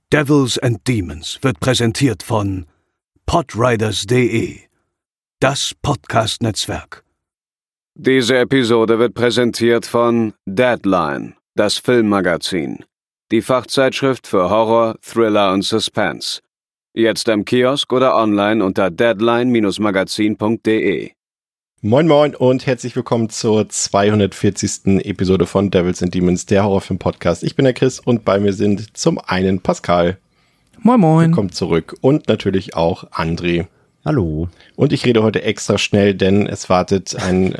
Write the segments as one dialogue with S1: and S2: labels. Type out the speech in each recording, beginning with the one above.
S1: Devils and Demons wird präsentiert von podriders.de, das Podcast-Netzwerk.
S2: Diese Episode wird präsentiert von Deadline, das Filmmagazin. Die Fachzeitschrift für Horror, Thriller und Suspense. Jetzt im Kiosk oder online unter deadline-magazin.de.
S3: Moin moin und herzlich willkommen zur 240. Episode von Devils and Demons, der Horrorfilm-Podcast. Ich bin der Chris und bei mir sind zum einen Pascal.
S4: Moin moin.
S3: Willkommen zurück. Und natürlich auch André.
S5: Hallo.
S3: Und ich rede heute extra schnell, denn es wartet ein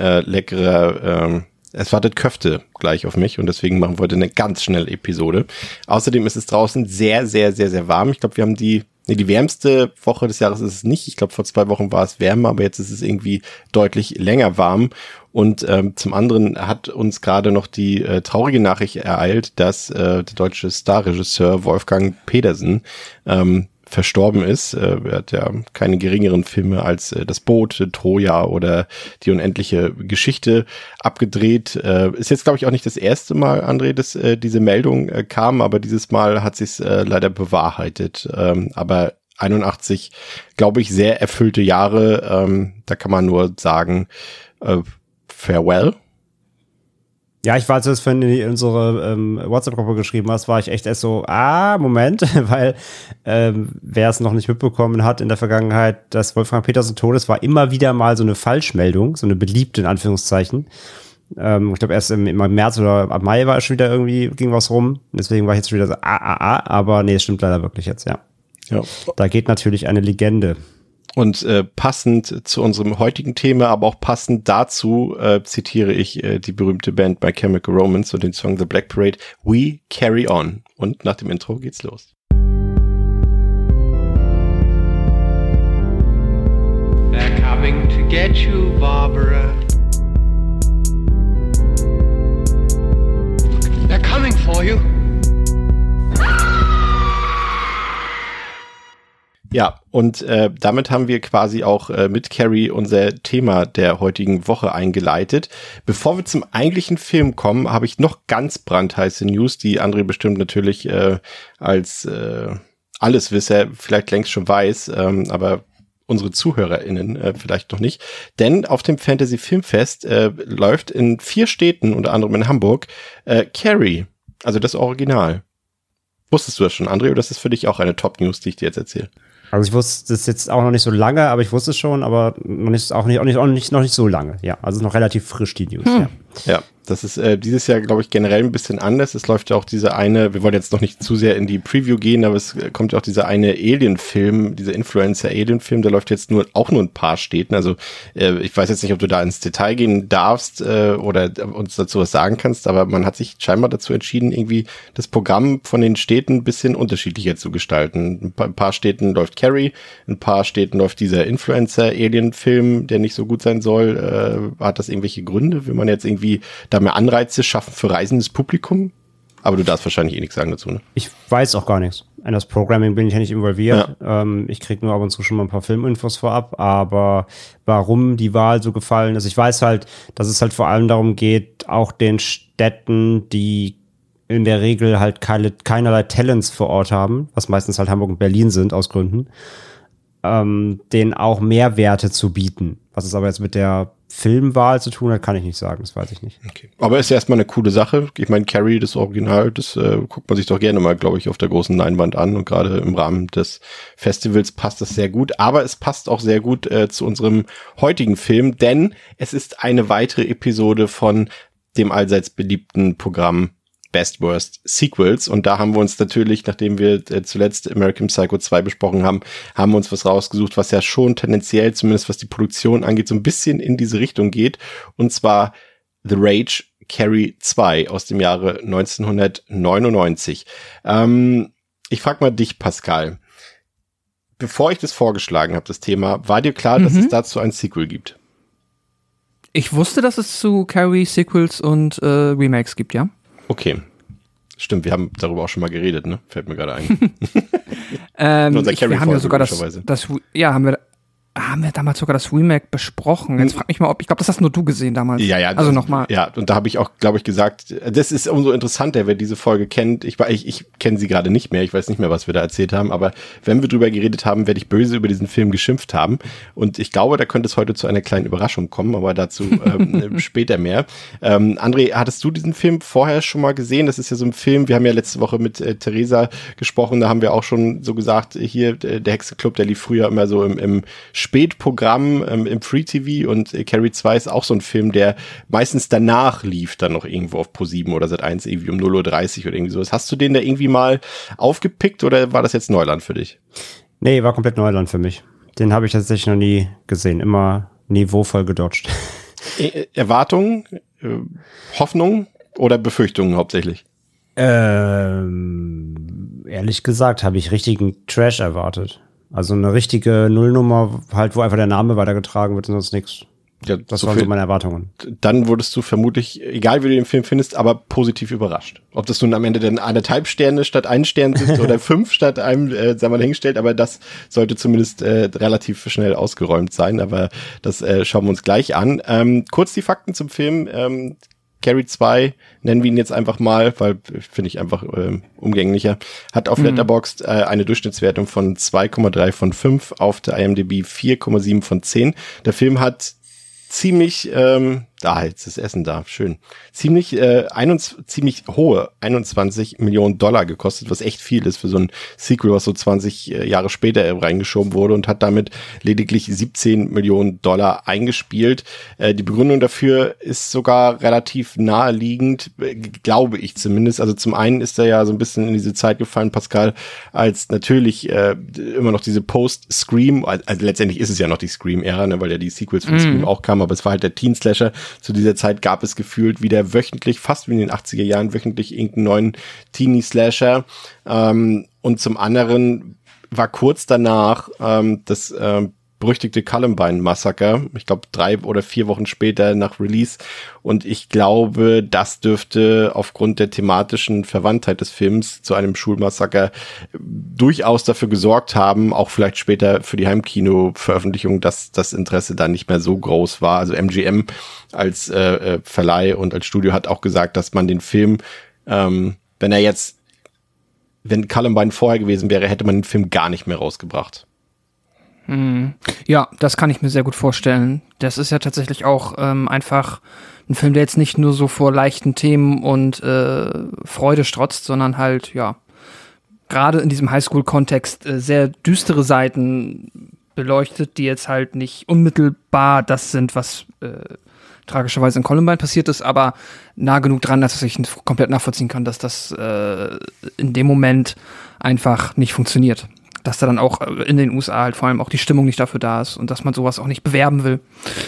S3: es wartet Köfte gleich auf mich und deswegen machen wir heute eine ganz schnelle Episode. Außerdem ist es draußen sehr, sehr, sehr, sehr warm. Ich glaube, wir haben die wärmste Woche des Jahres ist es nicht. Ich glaube, vor 2 Wochen war es wärmer, aber jetzt ist es irgendwie deutlich länger warm. Und zum anderen hat uns gerade noch die traurige Nachricht ereilt, dass der deutsche Starregisseur Wolfgang Petersen verstorben ist. Er hat ja keine geringeren Filme als Das Boot, Troja oder Die unendliche Geschichte abgedreht. Ist jetzt, glaube ich, auch nicht das erste Mal, André, dass diese Meldung kam, aber dieses Mal hat sich's leider bewahrheitet. Aber 81, glaube ich, sehr erfüllte Jahre. Da kann man nur sagen, farewell.
S5: Ja, ich war, als du das vorhin in unsere WhatsApp-Gruppe geschrieben hast, war ich echt erst so, Moment, weil wer es noch nicht mitbekommen hat in der Vergangenheit, dass Wolfgang Petersen tot ist, war immer wieder mal so eine Falschmeldung, so eine beliebte in Anführungszeichen. Ich glaube, erst im März oder ab Mai war es schon wieder irgendwie, ging was rum. Deswegen war ich jetzt schon wieder so, aber nee, es stimmt leider wirklich jetzt, ja. Da geht natürlich eine Legende.
S3: Und passend zu unserem heutigen Thema, aber auch passend dazu zitiere ich die berühmte Band My Chemical Romance und den Song The Black Parade, We Carry On. Und nach dem Intro geht's los.
S6: They're coming to get you, Barbara. They're coming for you.
S3: Ja, und damit haben wir quasi auch mit Carrie unser Thema der heutigen Woche eingeleitet. Bevor wir zum eigentlichen Film kommen, habe ich noch ganz brandheiße News, die André bestimmt natürlich als Alleswisser vielleicht längst schon weiß, aber unsere ZuhörerInnen vielleicht noch nicht. Denn auf dem Fantasy Filmfest läuft in 4 Städten, unter anderem in Hamburg, Carrie, also das Original. Wusstest du das schon, André, oder ist das für dich auch eine Top-News, die ich dir jetzt erzähle?
S5: Also ich wusste das jetzt auch noch nicht so lange, aber ich wusste es schon, aber noch nicht so lange. Ja, also noch relativ frisch die News.
S3: Ja, das ist dieses Jahr, glaube ich, generell ein bisschen anders. Es läuft ja auch diese eine, wir wollen jetzt noch nicht zu sehr in die Preview gehen, aber es kommt ja auch dieser eine Alien-Film, dieser Influencer-Alien-Film, der läuft jetzt nur ein paar Städten. Also ich weiß jetzt nicht, ob du da ins Detail gehen darfst oder uns dazu was sagen kannst, aber man hat sich scheinbar dazu entschieden, irgendwie das Programm von den Städten ein bisschen unterschiedlicher zu gestalten. Ein paar Städten läuft Carrie, ein paar Städten läuft dieser Influencer-Alien-Film, der nicht so gut sein soll. Hat das irgendwelche Gründe? Will man jetzt irgendwie da mehr Anreize schaffen für reisendes Publikum? Aber du darfst wahrscheinlich nichts sagen dazu, ne?
S5: Ich weiß auch gar nichts. In das Programming bin ich ja nicht involviert. Ja. Ich kriege nur ab und zu schon mal ein paar Filminfos vorab, aber warum die Wahl so gefallen ist, ich weiß halt, dass es halt vor allem darum geht, auch den Städten, die in der Regel halt keinerlei Talents vor Ort haben, was meistens halt Hamburg und Berlin sind, aus Gründen, denen auch Mehrwerte zu bieten. Was es aber jetzt mit der Filmwahl zu tun hat, kann ich nicht sagen, das weiß ich nicht.
S3: Okay. Aber ist erstmal eine coole Sache. Ich meine, Carrie, das Original, das guckt man sich doch gerne mal, glaube ich, auf der großen Leinwand an und gerade im Rahmen des Festivals passt das sehr gut. Aber es passt auch sehr gut zu unserem heutigen Film, denn es ist eine weitere Episode von dem allseits beliebten Programm Best Worst Sequels und da haben wir uns natürlich, nachdem wir zuletzt American Psycho 2 besprochen haben, wir uns was rausgesucht, was ja schon tendenziell, zumindest was die Produktion angeht, so ein bisschen in diese Richtung geht und zwar The Rage Carrie 2 aus dem Jahre 1999. Ich frage mal dich, Pascal. Bevor ich das vorgeschlagen habe, das Thema, war dir klar, dass es dazu ein Sequel gibt?
S4: Ich wusste, dass es zu Carrie Sequels und Remakes gibt, ja.
S3: Okay. Stimmt, wir haben darüber auch schon mal geredet, ne? Fällt mir gerade ein.
S4: Wir haben ja sogar das haben wir haben wir damals sogar das Remake besprochen. Jetzt frag mich mal, ich glaube, das hast nur du gesehen damals.
S3: Ja.
S4: Also nochmal.
S3: Ja, und da habe ich auch, glaube ich, gesagt, das ist umso interessanter, wer diese Folge kennt. Ich kenne sie gerade nicht mehr, ich weiß nicht mehr, was wir da erzählt haben, aber wenn wir drüber geredet haben, werde ich böse über diesen Film geschimpft haben. Und ich glaube, da könnte es heute zu einer kleinen Überraschung kommen, aber dazu später mehr. André, hattest du diesen Film vorher schon mal gesehen? Das ist ja so ein Film, wir haben ja letzte Woche mit Theresa gesprochen, da haben wir auch schon so gesagt, hier, der Hexenclub, der lief früher immer so im Spätprogramm, im Free TV, und Carrie 2 ist auch so ein Film, der meistens danach lief, dann noch irgendwo auf Pro7 oder Sat.1 irgendwie um 0:30 Uhr oder irgendwie sowas. Hast du den da irgendwie mal aufgepickt oder war das jetzt Neuland für dich?
S5: Nee, war komplett Neuland für mich. Den habe ich tatsächlich noch nie gesehen. Immer niveauvoll gedodged.
S3: Erwartungen, Hoffnungen oder Befürchtungen hauptsächlich?
S5: Ehrlich gesagt habe ich richtigen Trash erwartet. Also eine richtige Nullnummer, halt, wo einfach der Name weitergetragen wird und sonst nichts.
S3: Ja,
S5: das waren so meine Erwartungen.
S3: Dann wurdest du vermutlich, egal wie du den Film findest, aber positiv überrascht. Ob das nun am Ende dann 1,5 Sterne statt 1 Stern sind oder 5 statt einem, sagen wir mal, hingestellt, aber das sollte zumindest relativ schnell ausgeräumt sein, aber das schauen wir uns gleich an. Kurz die Fakten zum Film. Carrie 2, nennen wir ihn jetzt einfach mal, weil finde ich einfach umgänglicher, hat auf Letterboxd eine Durchschnittswertung von 2,3 von 5, auf der IMDb 4,7 von 10. Der Film hat ziemlich, jetzt ist Essen da, schön, ziemlich hohe 21 Millionen Dollar gekostet, was echt viel ist für so ein Sequel, was so 20 Jahre später reingeschoben wurde, und hat damit lediglich 17 Millionen Dollar eingespielt. Die Begründung dafür ist sogar relativ naheliegend, glaube ich zumindest. Also zum einen ist er ja so ein bisschen in diese Zeit gefallen, Pascal, als natürlich immer noch diese Post-Scream, also letztendlich ist es ja noch die Scream-Ära, ne, weil ja die Sequels von Scream auch kamen, aber es war halt der Teen-Slasher. Zu dieser Zeit gab es gefühlt wieder wöchentlich, fast wie in den 80er Jahren, wöchentlich irgendeinen neuen Teenie-Slasher. Und zum anderen war kurz danach das berüchtigte Columbine-Massaker, ich glaube 3 oder 4 Wochen später nach Release, und ich glaube, das dürfte aufgrund der thematischen Verwandtheit des Films zu einem Schulmassaker durchaus dafür gesorgt haben, auch vielleicht später für die Heimkino-Veröffentlichung, dass das Interesse da nicht mehr so groß war. Also MGM als Verleih und als Studio hat auch gesagt, dass man den Film, wenn Columbine vorher gewesen wäre, hätte man den Film gar nicht mehr rausgebracht.
S4: Ja, das kann ich mir sehr gut vorstellen. Das ist ja tatsächlich auch einfach ein Film, der jetzt nicht nur so vor leichten Themen und Freude strotzt, sondern halt, ja, gerade in diesem Highschool-Kontext sehr düstere Seiten beleuchtet, die jetzt halt nicht unmittelbar das sind, was tragischerweise in Columbine passiert ist, aber nah genug dran, dass ich komplett nachvollziehen kann, dass das in dem Moment einfach nicht funktioniert. Dass da dann auch in den USA halt vor allem auch die Stimmung nicht dafür da ist und dass man sowas auch nicht bewerben will.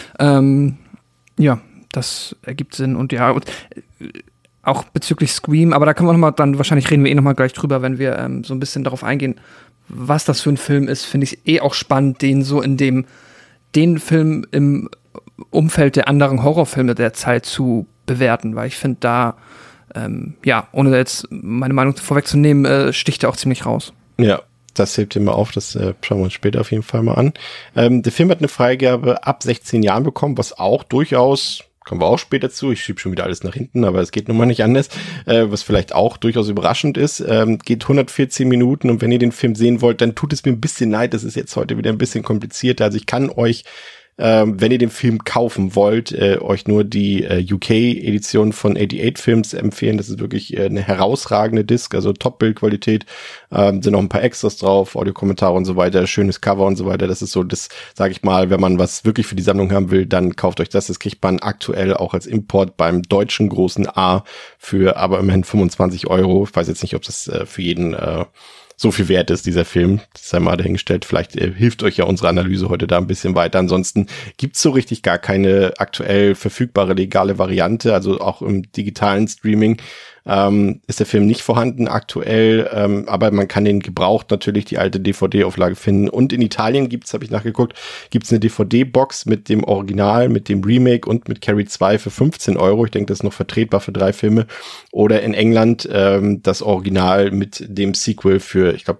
S4: Ja, das ergibt Sinn. Und ja, und auch bezüglich Scream, aber da können wir nochmal, dann wahrscheinlich reden wir nochmal gleich drüber, wenn wir so ein bisschen darauf eingehen, was das für ein Film ist, finde ich auch spannend, den so in den Film im Umfeld der anderen Horrorfilme der Zeit zu bewerten, weil ich finde da, ohne jetzt meine Meinung vorwegzunehmen, sticht er auch ziemlich raus.
S3: Ja. Das hebt ihr mal auf, das schauen wir uns später auf jeden Fall mal an. Der Film hat eine Freigabe ab 16 Jahren bekommen, was auch durchaus, kommen wir auch später zu, ich schiebe schon wieder alles nach hinten, aber es geht nun mal nicht anders, was vielleicht auch durchaus überraschend ist, geht 114 Minuten, und wenn ihr den Film sehen wollt, dann tut es mir ein bisschen leid, das ist jetzt heute wieder ein bisschen komplizierter, also ich kann euch, wenn ihr den Film kaufen wollt, euch nur die UK-Edition von 88 Films empfehlen. Das ist wirklich eine herausragende Disc, also Top-Bildqualität. Sind noch ein paar Extras drauf, Audiokommentare und so weiter, schönes Cover und so weiter. Das ist so das, sage ich mal, wenn man was wirklich für die Sammlung haben will, dann kauft euch das. Das kriegt man aktuell auch als Import beim deutschen großen A für aber immerhin 25 €. Ich weiß jetzt nicht, ob das für jeden so viel wert ist, dieser Film. Das sei mal dahingestellt. Vielleicht hilft euch ja unsere Analyse heute da ein bisschen weiter. Ansonsten gibt's so richtig gar keine aktuell verfügbare legale Variante. Also auch im digitalen Streaming ist der Film nicht vorhanden aktuell. Aber man kann den gebraucht natürlich, die alte DVD-Auflage finden. Und in Italien gibt's, habe ich nachgeguckt, gibt's eine DVD-Box mit dem Original, mit dem Remake und mit Carrie 2 für 15 €. Ich denke, das ist noch vertretbar für 3 Filme. Oder in England das Original mit dem Sequel für, ich glaube,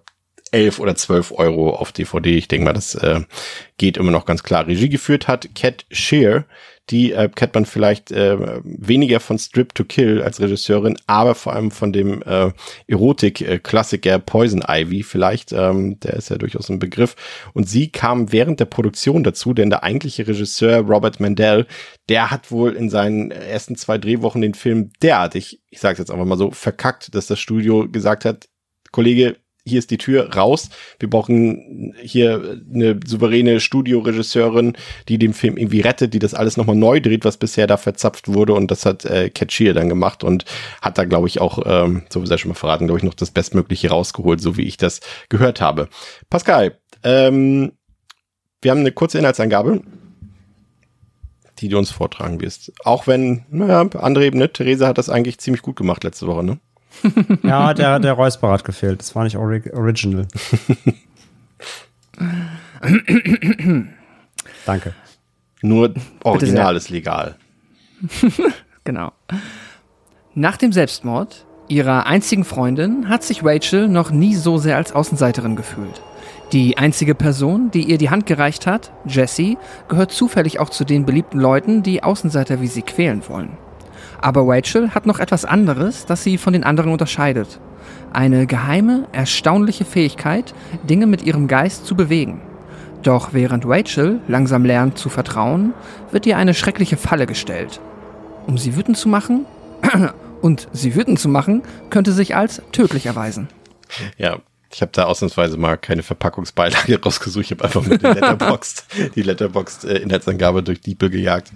S3: 11 oder 12 Euro auf DVD. Ich denke mal, das geht immer noch ganz klar. Regie geführt hat Cat Shear. Die kennt man vielleicht weniger von Strip to Kill als Regisseurin, aber vor allem von dem Erotik-Klassiker Poison Ivy vielleicht. Der ist ja durchaus ein Begriff. Und sie kam während der Produktion dazu, denn der eigentliche Regisseur Robert Mandel, der hat wohl in seinen ersten 2 Drehwochen den Film derartig, ich sage es jetzt einfach mal so, verkackt, dass das Studio gesagt hat, Kollege, hier ist die Tür, raus. Wir brauchen hier eine souveräne Studioregisseurin, die den Film irgendwie rettet, die das alles nochmal neu dreht, was bisher da verzapft wurde. Und das hat Cat Shear dann gemacht und hat da, glaube ich, auch, so wie es ja schon mal verraten, glaube ich, noch das Bestmögliche rausgeholt, so wie ich das gehört habe. Pascal, wir haben eine kurze Inhaltsangabe, die du uns vortragen wirst. Auch wenn, André, ne, Theresa hat das eigentlich ziemlich gut gemacht letzte Woche, ne?
S5: Ja, der Räusper hat gefehlt. Das war nicht original. Danke.
S3: Nur Original ist legal.
S4: Genau. Nach dem Selbstmord ihrer einzigen Freundin hat sich Rachel noch nie so sehr als Außenseiterin gefühlt. Die einzige Person, die ihr die Hand gereicht hat, Jessie, gehört zufällig auch zu den beliebten Leuten, die Außenseiter wie sie quälen wollen. Aber Rachel hat noch etwas anderes, das sie von den anderen unterscheidet. Eine geheime, erstaunliche Fähigkeit, Dinge mit ihrem Geist zu bewegen. Doch während Rachel langsam lernt zu vertrauen, wird ihr eine schreckliche Falle gestellt. Um sie wütend zu machen, könnte sich als tödlich erweisen.
S3: Ja, ich habe da ausnahmsweise mal keine Verpackungsbeilage rausgesucht. Ich habe einfach mit die Letterboxd-Inhaltsangabe durch Diepel gejagt.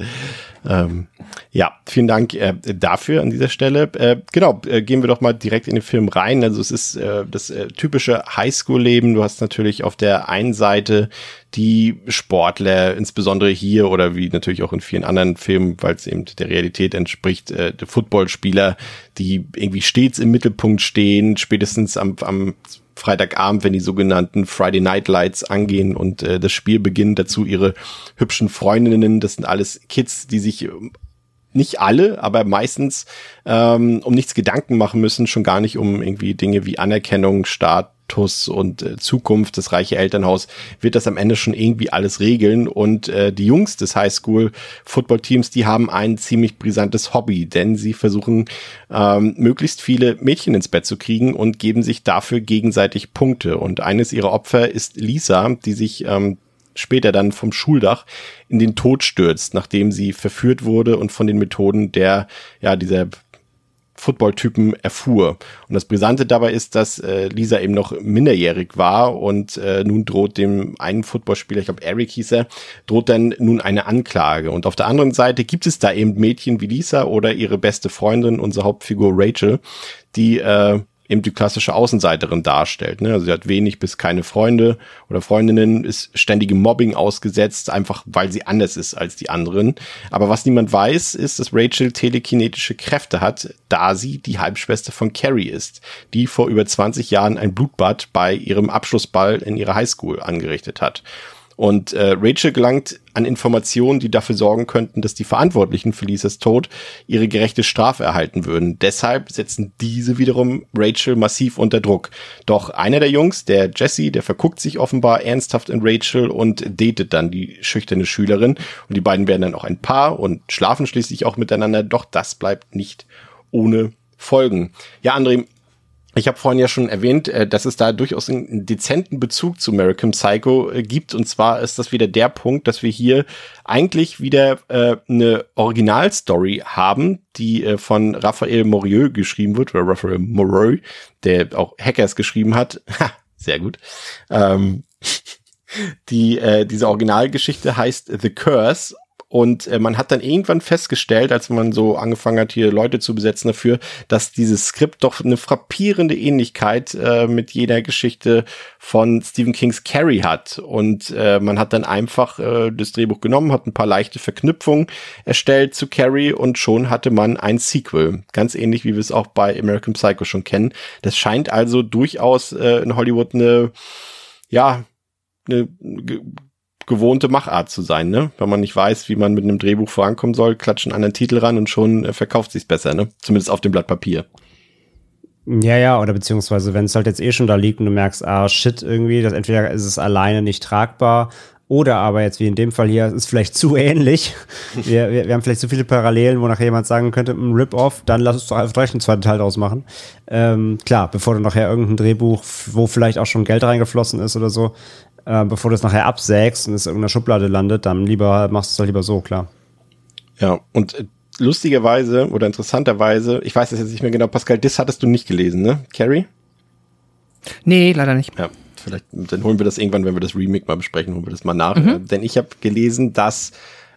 S3: Ja, vielen Dank dafür an dieser Stelle. Gehen wir doch mal direkt in den Film rein. Also es ist das typische Highschool-Leben. Du hast natürlich auf der einen Seite die Sportler, insbesondere hier oder wie natürlich auch in vielen anderen Filmen, weil es eben der Realität entspricht, die Footballspieler, die irgendwie stets im Mittelpunkt stehen, spätestens am Freitagabend, wenn die sogenannten Friday Night Lights angehen und das Spiel beginnt, dazu ihre hübschen Freundinnen. Das sind alles Kids, die sich nicht alle, aber meistens um nichts Gedanken machen müssen, schon gar nicht um irgendwie Dinge wie Anerkennung, Status und Zukunft. Das reiche Elternhaus wird das am Ende schon irgendwie alles regeln. Und die Jungs des Highschool-Football-Teams, die haben ein ziemlich brisantes Hobby, denn sie versuchen möglichst viele Mädchen ins Bett zu kriegen und geben sich dafür gegenseitig Punkte. Und eines ihrer Opfer ist Lisa, die sich später dann vom Schuldach in den Tod stürzt, nachdem sie verführt wurde und von den Methoden dieser Football-Typen erfuhr. Und das Brisante dabei ist, dass Lisa eben noch minderjährig war und nun droht dem einen Footballspieler, ich glaube Eric hieß er, droht dann nun eine Anklage. Und auf der anderen Seite gibt es da eben Mädchen wie Lisa oder ihre beste Freundin, unsere Hauptfigur Rachel, die eben die klassische Außenseiterin darstellt. Ne? Also sie hat wenig bis keine Freunde oder Freundinnen, ist ständigem Mobbing ausgesetzt, einfach weil sie anders ist als die anderen. Aber was niemand weiß, ist, dass Rachel telekinetische Kräfte hat, da sie die Halbschwester von Carrie ist, die vor über 20 Jahren ein Blutbad bei ihrem Abschlussball in ihrer Highschool angerichtet hat. Und Rachel gelangt an Informationen, die dafür sorgen könnten, dass die Verantwortlichen für Lisas Tod ihre gerechte Strafe erhalten würden. Deshalb setzen diese wiederum Rachel massiv unter Druck. Doch einer der Jungs, der Jesse, der verguckt sich offenbar ernsthaft in Rachel und datet dann die schüchterne Schülerin. Und die beiden werden dann auch ein Paar und schlafen schließlich auch miteinander. Doch das bleibt nicht ohne Folgen. Ja, André, ich habe vorhin ja schon erwähnt, dass es da durchaus einen dezenten Bezug zu American Psycho gibt. Und zwar ist das wieder der Punkt, dass wir hier eigentlich wieder eine Originalstory haben, die von Raphael Morieux geschrieben wird, oder Raphael Morieux, der auch Hackers geschrieben hat. Ha, sehr gut. Diese Originalgeschichte heißt The Curse. Und man hat dann irgendwann festgestellt, als man so angefangen hat, hier Leute zu besetzen dafür, dass dieses Skript doch eine frappierende Ähnlichkeit mit jeder Geschichte von Stephen Kings Carrie hat. Und man hat dann einfach das Drehbuch genommen, hat ein paar leichte Verknüpfungen erstellt zu Carrie und schon hatte man ein Sequel. Ganz ähnlich, wie wir es auch bei American Psycho schon kennen. Das scheint also durchaus in Hollywood eine gewohnte Machart zu sein, ne? Wenn man nicht weiß, wie man mit einem Drehbuch vorankommen soll, klatscht einen anderen Titel ran und schon verkauft sich's besser, ne? Zumindest auf dem Blatt Papier.
S5: Ja, oder beziehungsweise, wenn es halt jetzt schon da liegt und du merkst, shit, irgendwie, das entweder ist es alleine nicht tragbar oder aber jetzt wie in dem Fall hier, es ist vielleicht zu ähnlich. Wir haben vielleicht zu viele Parallelen, wo nachher jemand sagen könnte, ein Rip-Off, dann lass uns doch einfach gleich einen zweiten Teil draus machen. Klar, bevor du nachher irgendein Drehbuch, wo vielleicht auch schon Geld reingeflossen ist oder so, bevor du es nachher absägst und es in irgendeiner Schublade landet, dann machst du es halt lieber so, klar.
S3: Ja, und lustigerweise oder interessanterweise, ich weiß das jetzt nicht mehr genau, Pascal, das hattest du nicht gelesen, ne? Carrie?
S4: Nee, leider nicht.
S3: Ja, vielleicht, dann holen wir das irgendwann, wenn wir das Remake mal besprechen, holen wir das mal nach. Denn ich habe gelesen, dass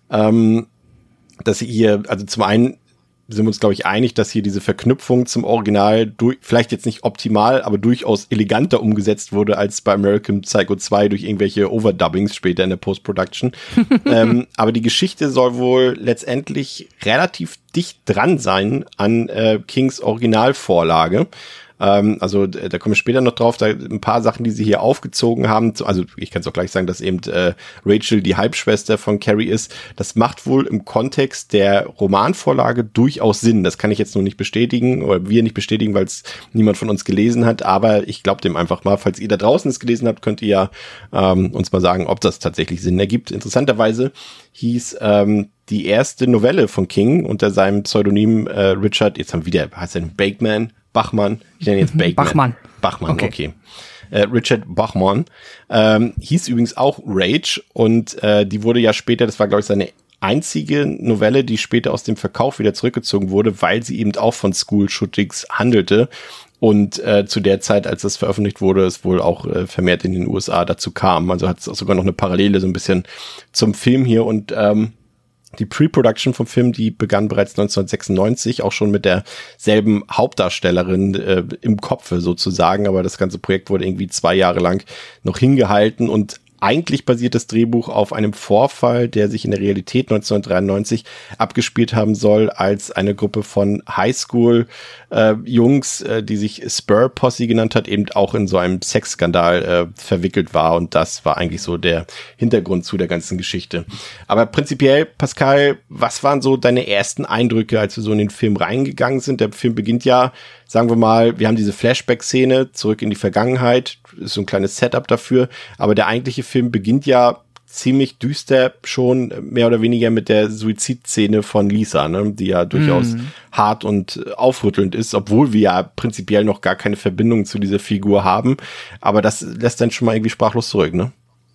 S3: hier, also zum einen sind wir uns, glaube ich, einig, dass hier diese Verknüpfung zum Original vielleicht jetzt nicht optimal, aber durchaus eleganter umgesetzt wurde als bei American Psycho 2 durch irgendwelche Overdubbings später in der Post-Production. Aber die Geschichte soll wohl letztendlich relativ dicht dran sein an Kings Originalvorlage. Also da kommen wir später noch drauf, da ein paar Sachen, die sie hier aufgezogen haben, also ich kann es auch gleich sagen, dass eben Rachel die Halbschwester von Carrie ist, das macht wohl im Kontext der Romanvorlage durchaus Sinn, das kann ich jetzt nur nicht bestätigen, oder wir nicht bestätigen, weil es niemand von uns gelesen hat, aber ich glaube dem einfach mal, falls ihr da draußen es gelesen habt, könnt ihr ja uns mal sagen, ob das tatsächlich Sinn ergibt. Interessanterweise hieß die erste Novelle von King unter seinem Pseudonym Richard, jetzt haben wir wieder, heißt er Bachmann, ich nenne jetzt Bachmann, okay. Richard Bachman, hieß übrigens auch Rage und die wurde ja später, das war glaube ich seine einzige Novelle, die später aus dem Verkauf wieder zurückgezogen wurde, weil sie eben auch von School-Shootings handelte und zu der Zeit, als das veröffentlicht wurde, es wohl auch vermehrt in den USA dazu kam, also hat es auch sogar noch eine Parallele so ein bisschen zum Film hier und die Pre-Production vom Film, die begann bereits 1996, auch schon mit derselben Hauptdarstellerin im Kopfe sozusagen, aber das ganze Projekt wurde irgendwie 2 Jahre lang noch hingehalten und eigentlich basiert das Drehbuch auf einem Vorfall, der sich in der Realität 1993 abgespielt haben soll, als eine Gruppe von Highschool-Jungs, die sich Spur Posse genannt hat, eben auch in so einem Sexskandal verwickelt war. Und das war eigentlich so der Hintergrund zu der ganzen Geschichte. Aber prinzipiell, Pascal, was waren so deine ersten Eindrücke, als wir so in den Film reingegangen sind? Der Film beginnt ja, sagen wir mal, wir haben diese Flashback-Szene zurück in die Vergangenheit, ist so ein kleines Setup dafür, aber der eigentliche Film beginnt ja ziemlich düster schon, mehr oder weniger mit der Suizidszene von Lisa, ne, die ja durchaus hart und aufrüttelnd ist, obwohl wir ja prinzipiell noch gar keine Verbindung zu dieser Figur haben, aber das lässt dann schon mal irgendwie sprachlos zurück, ne?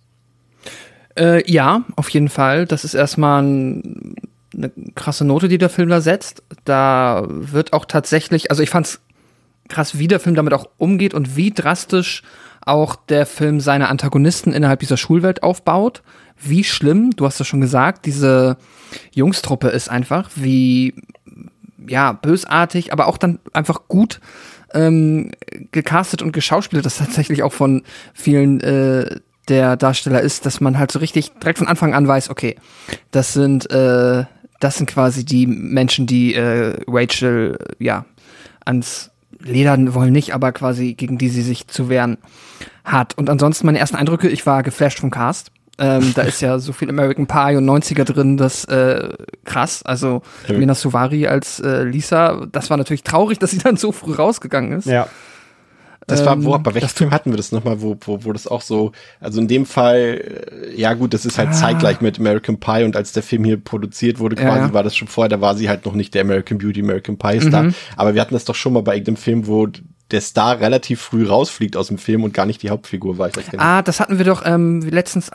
S4: Ja, auf jeden Fall. Das ist erstmal eine krasse Note, die der Film da setzt. Da wird auch tatsächlich, also ich fand's krass, wie der Film damit auch umgeht und wie drastisch auch der Film seine Antagonisten innerhalb dieser Schulwelt aufbaut. Wie schlimm, du hast es schon gesagt, diese Jungstruppe ist einfach, wie, ja, bösartig, aber auch dann einfach gut gecastet und geschauspielert, das tatsächlich auch von vielen der Darsteller ist, dass man halt so richtig direkt von Anfang an weiß, okay, das sind quasi die Menschen, die Rachel, ja, ans Ledern wollen nicht, aber quasi gegen die sie sich zu wehren hat. Und ansonsten meine ersten Eindrücke, ich war geflasht vom Cast. Da ist ja so viel American Pie und 90er drin, das krass. Also Mena Suvari als Lisa, das war natürlich traurig, dass sie dann so früh rausgegangen ist. Ja.
S3: Das war, bei welchem Film hatten wir das nochmal, wo das auch so, also in dem Fall, ja gut, das ist halt zeitgleich mit American Pie und als der Film hier produziert wurde quasi, war das schon vorher, da war sie halt noch nicht der American Beauty, American Pie Star, aber wir hatten das doch schon mal bei irgendeinem Film, wo der Star relativ früh rausfliegt aus dem Film und gar nicht die Hauptfigur war.
S4: Das hatten wir doch letztens,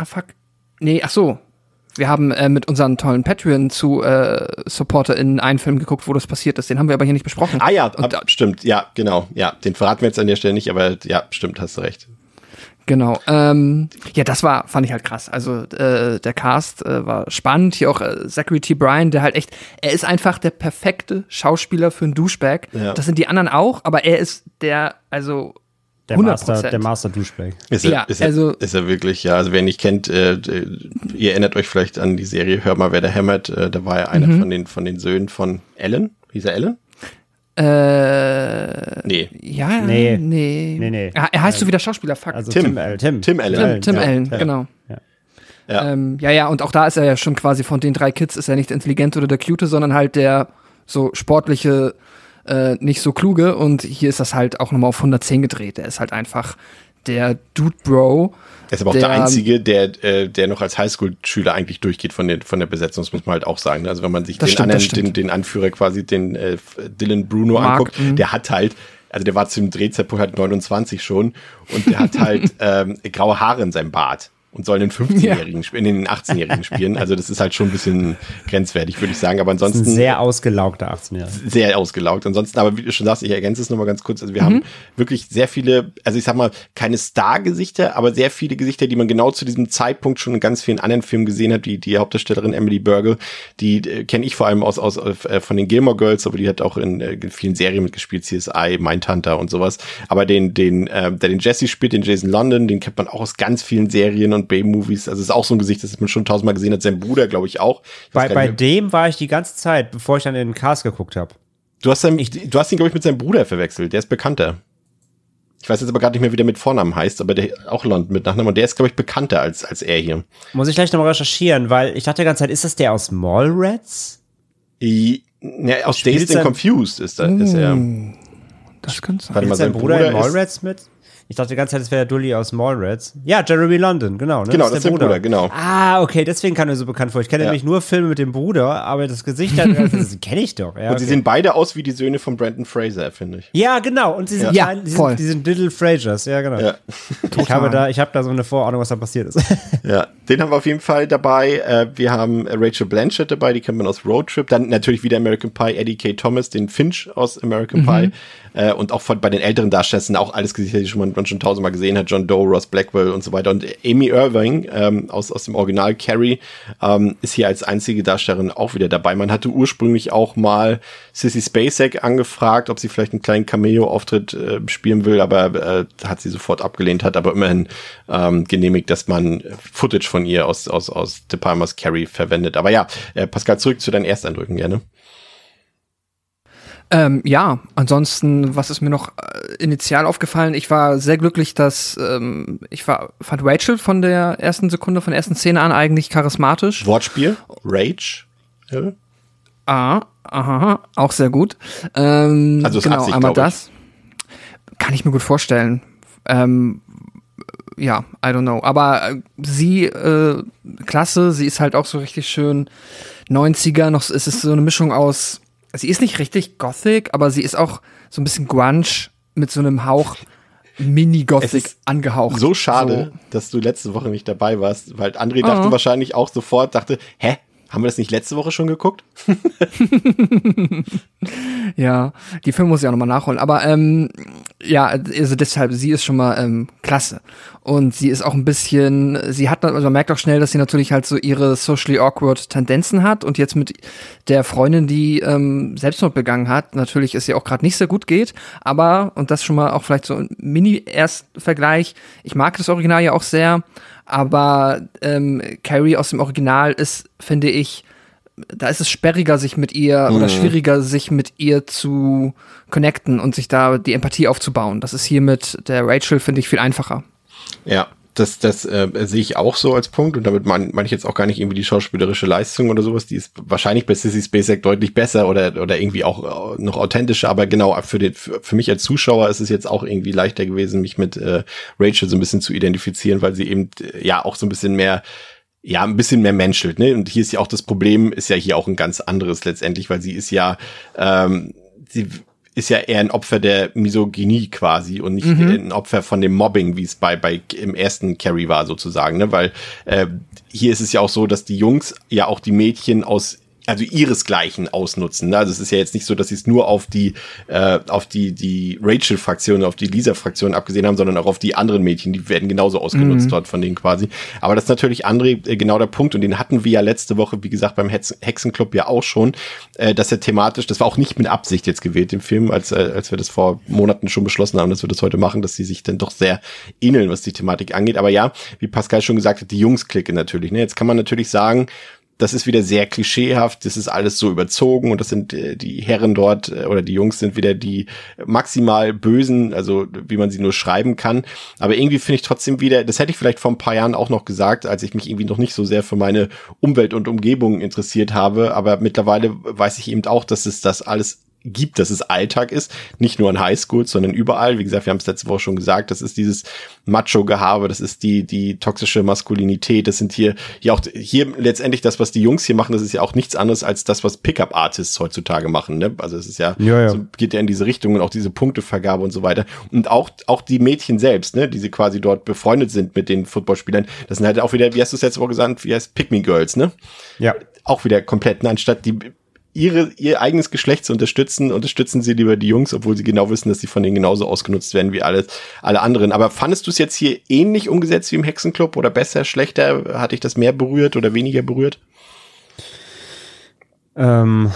S4: wir haben mit unseren tollen Patreon-SupporterInnen einen Film geguckt, wo das passiert ist. Den haben wir aber hier nicht besprochen.
S3: Ah ja, stimmt. Ja, genau. Ja, den verraten wir jetzt an der Stelle nicht, aber ja, stimmt, hast du recht.
S4: Genau. Ja, das fand ich halt krass. Also der Cast war spannend. Hier auch Zachary T. Bryan, der halt echt, er ist einfach der perfekte Schauspieler für einen Douchebag. Ja. Das sind die anderen auch, aber er ist der
S5: Master-Douchebag.
S3: Ist er wirklich, ja. Also wer ihn nicht kennt, ihr erinnert euch vielleicht an die Serie Hör mal, wer da hämmert. Da war er einer von den Söhnen von Ellen. Hieß er Ellen?
S5: Nee.
S4: Ja, nee. Er heißt so wie der Schauspieler, fuck.
S5: Also Tim Allen.
S4: Tim Allen, genau. Ja, und auch da ist er ja schon quasi von den 3 Kids, ist er nicht der Intelligente oder der Cute, sondern halt der so sportliche nicht so kluge. Und hier ist das halt auch nochmal auf 110 gedreht. Der ist halt einfach der Dude Bro.
S3: Er ist aber auch der Einzige, der noch als Highschool-Schüler eigentlich durchgeht von der Besetzung, das muss man halt auch sagen. Also wenn man sich den Anführer quasi, den Dylan Bruno anguckt, der hat halt, also der war zum Drehzeitpunkt halt 29 schon und der hat halt graue Haare in seinem Bart und soll den 15-Jährigen in den 18-Jährigen spielen. Also das ist halt schon ein bisschen grenzwertig, würde ich sagen. Aber ansonsten.
S5: Das ist ein sehr ausgelaugter 18-Jähriger.
S3: Sehr ausgelaugt. Ansonsten, aber wie du schon sagst, ich ergänze es nochmal ganz kurz. Also wir haben wirklich sehr viele, also ich sag mal, keine Star-Gesichter, aber sehr viele Gesichter, die man genau zu diesem Zeitpunkt schon in ganz vielen anderen Filmen gesehen hat. Die Hauptdarstellerin Emily Burgle, die kenne ich vor allem von den Gilmore Girls, aber die hat auch in vielen Serien mitgespielt, CSI, Mindhunter und sowas. Aber der den Jesse spielt, den Jason London, den kennt man auch aus ganz vielen Serien und B-Movies, also ist auch so ein Gesicht, das man schon 1000-mal gesehen hat, sein Bruder, glaube ich, auch.
S5: Bei dem war ich die ganze Zeit, bevor ich dann in den Cast geguckt habe.
S3: Du hast ihn, glaube ich, mit seinem Bruder verwechselt, der ist bekannter. Ich weiß jetzt aber gerade nicht mehr, wie der mit Vornamen heißt, aber der auch London mit Nachnamen und der ist, glaube ich, bekannter als er hier.
S5: Muss ich gleich nochmal recherchieren, weil ich dachte die ganze Zeit, ist das der aus Mallrats?
S3: Aus Dazed and Confused ist er.
S4: Das könnte sein.
S5: Warte mal, sein Bruder in Mallrats mit? Ich dachte die ganze Zeit, das wäre der Dulli aus Mallrats. Ja, Jeremy London, genau. Ne?
S3: Genau, das ist der Bruder, genau.
S5: Ah, okay, deswegen kam er so bekannt vor. Ich kenne nämlich nur Filme mit dem Bruder, aber das Gesicht, das kenne ich doch. Ja,
S3: und sie sehen beide aus wie die Söhne von Brandon Fraser, finde ich.
S5: Ja, genau. Und sie sind die sind Little Frasers, ja, genau. Ja. Ich habe da so eine Vorahnung, was da passiert ist.
S3: Ja, den haben wir auf jeden Fall dabei. Wir haben Rachel Blanchett dabei, die kennt man aus Road Trip. Dann natürlich wieder American Pie, Eddie K. Thomas, den Finch aus American Pie. Und auch bei den älteren Darstellern sind auch alles Gesichter, die man schon 1000-mal gesehen hat. John Doe, Ross Blackwell und so weiter. Und Amy Irving aus dem Original Carrie ist hier als einzige Darstellerin auch wieder dabei. Man hatte ursprünglich auch mal Sissy Spacek angefragt, ob sie vielleicht einen kleinen Cameo-Auftritt spielen will, aber hat sie sofort abgelehnt, hat aber immerhin genehmigt, dass man Footage von ihr aus De Palmas Carrie verwendet. Aber ja, Pascal, zurück zu deinen Ersteindrücken gerne.
S4: Ja, ansonsten, was ist mir noch initial aufgefallen? Ich war sehr glücklich, dass fand Rachel von der ersten Sekunde, von der ersten Szene an eigentlich charismatisch.
S3: Wortspiel? Rage? Ja.
S4: Auch sehr gut.
S3: Also genau, Absicht,
S4: einmal das. Kann ich mir gut vorstellen. Ja, I don't know. Aber sie, klasse, sie ist halt auch so richtig schön 90er, noch ist es so eine Mischung aus. Sie ist nicht richtig Gothic, aber sie ist auch so ein bisschen Grunge mit so einem Hauch Mini-Gothic angehaucht.
S3: So schade, dass du letzte Woche nicht dabei warst, weil André dachte wahrscheinlich auch sofort, haben wir das nicht letzte Woche schon geguckt?
S4: Ja, die Filme muss ich auch nochmal nachholen. Aber ja, also deshalb, sie ist schon mal klasse. Und sie ist auch ein bisschen, also man merkt auch schnell, dass sie natürlich halt so ihre socially awkward Tendenzen hat. Und jetzt mit der Freundin, die Selbstmord begangen hat, natürlich ist sie auch gerade nicht so gut geht. Aber, und das schon mal auch vielleicht so ein Mini-Erstvergleich, ich mag das Original ja auch sehr. Aber Carrie aus dem Original ist, finde ich, da ist es sperriger, sich mit ihr oder schwieriger, sich mit ihr zu connecten und sich da die Empathie aufzubauen. Das ist hier mit der Rachel, finde ich, viel einfacher.
S3: Ja, das sehe ich auch so als Punkt und damit meine ich jetzt auch gar nicht irgendwie die schauspielerische Leistung oder sowas, die ist wahrscheinlich bei Sissy Spacek deutlich besser oder irgendwie auch noch authentischer, aber genau, für mich als Zuschauer ist es jetzt auch irgendwie leichter gewesen, mich mit Rachel so ein bisschen zu identifizieren, weil sie eben ja auch so ein bisschen mehr menschelt, ne? Und hier ist ja auch das Problem, ist ja hier auch ein ganz anderes letztendlich, weil sie ist ja eher ein Opfer der Misogynie quasi und nicht ein Opfer von dem Mobbing, wie es bei im ersten Carrie war sozusagen, ne? Weil hier ist es ja auch so, dass die Jungs ja auch die Mädchen also ihresgleichen ausnutzen. Ne? Also es ist ja jetzt nicht so, dass sie es nur auf die Rachel-Fraktion, auf die Lisa-Fraktion abgesehen haben, sondern auch auf die anderen Mädchen, die werden genauso ausgenutzt dort von denen quasi. Aber das ist natürlich, André, genau der Punkt und den hatten wir ja letzte Woche, wie gesagt, beim Hexenclub ja auch schon, dass er thematisch, das war auch nicht mit Absicht jetzt gewählt im Film, als wir das vor Monaten schon beschlossen haben, dass wir das heute machen, dass die sich dann doch sehr ähneln, was die Thematik angeht. Aber ja, wie Pascal schon gesagt hat, die Jungs-Clique natürlich. Ne? Jetzt kann man natürlich sagen, das ist wieder sehr klischeehaft, das ist alles so überzogen und das sind die Herren dort oder die Jungs sind wieder die maximal Bösen, also wie man sie nur schreiben kann. Aber irgendwie finde ich trotzdem wieder, das hätte ich vielleicht vor ein paar Jahren auch noch gesagt, als ich mich irgendwie noch nicht so sehr für meine Umwelt und Umgebung interessiert habe. Aber mittlerweile weiß ich eben auch, dass es das alles gibt, dass es Alltag ist, nicht nur in Highschools, sondern überall. Wie gesagt, wir haben es letzte Woche schon gesagt, das ist dieses Macho-Gehabe, das ist die toxische Maskulinität, das sind hier auch hier letztendlich das, was die Jungs hier machen, das ist ja auch nichts anderes als das, was Pickup-Artists heutzutage machen, ne? Also es ist ja. So geht ja in diese Richtung und auch diese Punktevergabe und so weiter. Und auch die Mädchen selbst, ne, die sie quasi dort befreundet sind mit den Footballspielern, das sind halt auch wieder, wie hast du es letzte Woche gesagt, wie heißt Pick-Me-Girls, ne? Ja. Auch wieder komplett, ne? Anstatt ihr eigenes Geschlecht zu unterstützen sie lieber die Jungs, obwohl sie genau wissen, dass sie von denen genauso ausgenutzt werden wie alle anderen. Aber fandest du es jetzt hier ähnlich umgesetzt wie im Hexenclub oder besser, schlechter? Hat dich das mehr berührt oder weniger berührt?
S5: Naja,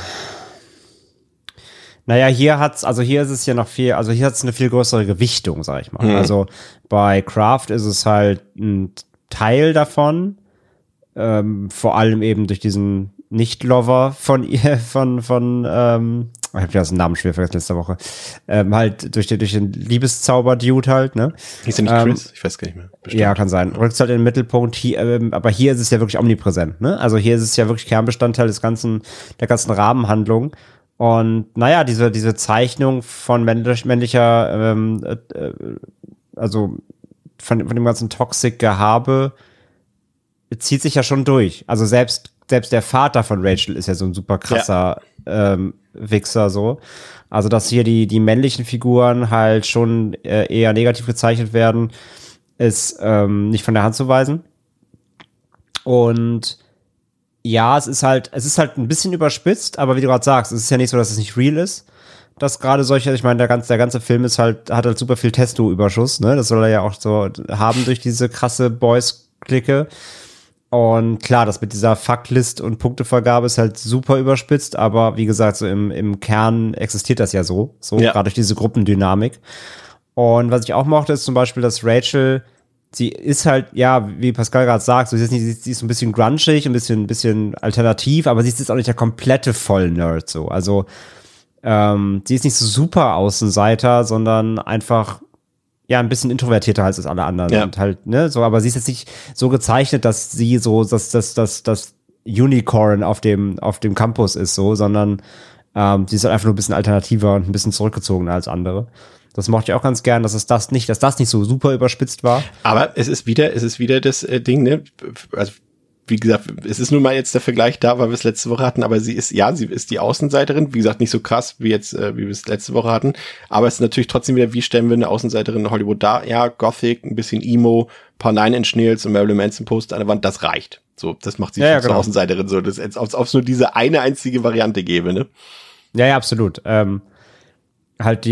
S5: hier ist es ja noch viel, also hier hat es eine viel größere Gewichtung, sag ich mal. Also bei Craft ist es halt ein Teil davon, vor allem eben durch diesen Nicht-Lover von ihr, ich habe ja den Namen schwer vergessen letzte Woche, halt durch den Liebeszauber-Dude halt, ne?
S3: Ist ja nicht Chris? Ich weiß gar nicht mehr. Bestimmt.
S5: Ja, kann sein. Rückt halt in den Mittelpunkt, aber hier ist es ja wirklich omnipräsent, ne? Also hier ist es ja wirklich Kernbestandteil der ganzen Rahmenhandlung. Und naja, diese Zeichnung von männlicher, also von dem ganzen Toxic-Gehabe zieht sich ja schon durch. Also selbst der Vater von Rachel ist ja so ein super krasser Wichser so. Also dass hier die männlichen Figuren halt schon eher negativ gezeichnet werden, ist nicht von der Hand zu weisen. Und ja, es ist halt ein bisschen überspitzt, aber wie du gerade sagst, es ist ja nicht so, dass es nicht real ist. Dass gerade solche, ich meine, der ganze Film hat halt super viel Testo-Überschuss, ne? Das soll er ja auch so haben durch diese krasse Boys-Clique. Und klar, das mit dieser Fucklist und Punktevergabe ist halt super überspitzt, aber wie gesagt, so im Kern existiert das ja so gerade durch diese Gruppendynamik. Und was ich auch mochte, ist zum Beispiel, dass Rachel, sie ist halt, ja, wie Pascal gerade sagt, so, sie ist so ein bisschen grunchig, ein bisschen alternativ, aber sie ist jetzt auch nicht der komplette Vollnerd, so. Also, sie ist nicht so super Außenseiter, sondern einfach, ja, ein bisschen introvertierter als alle anderen. Ja. Und halt, ne, so, aber sie ist jetzt nicht so gezeichnet, dass sie so das Unicorn auf dem Campus ist, so, sondern sie ist halt einfach nur ein bisschen alternativer und ein bisschen zurückgezogener als andere. Das mochte ich auch ganz gern, dass das nicht so super überspitzt war.
S3: Aber es ist wieder das Ding, ne? Also, wie gesagt, es ist nun mal jetzt der Vergleich da, weil wir es letzte Woche hatten, aber sie ist die Außenseiterin, wie gesagt, nicht so krass wie jetzt, wie wir es letzte Woche hatten, aber es ist natürlich trotzdem wieder, wie stellen wir eine Außenseiterin in Hollywood dar? Ja, Gothic, ein bisschen Emo, paar Nine Inch Nails und Marilyn Manson Poster an der Wand, das reicht. So, das macht sie zur genau. Außenseiterin so, das ob es nur diese eine einzige Variante gäbe, ne?
S5: Ja, absolut. Halt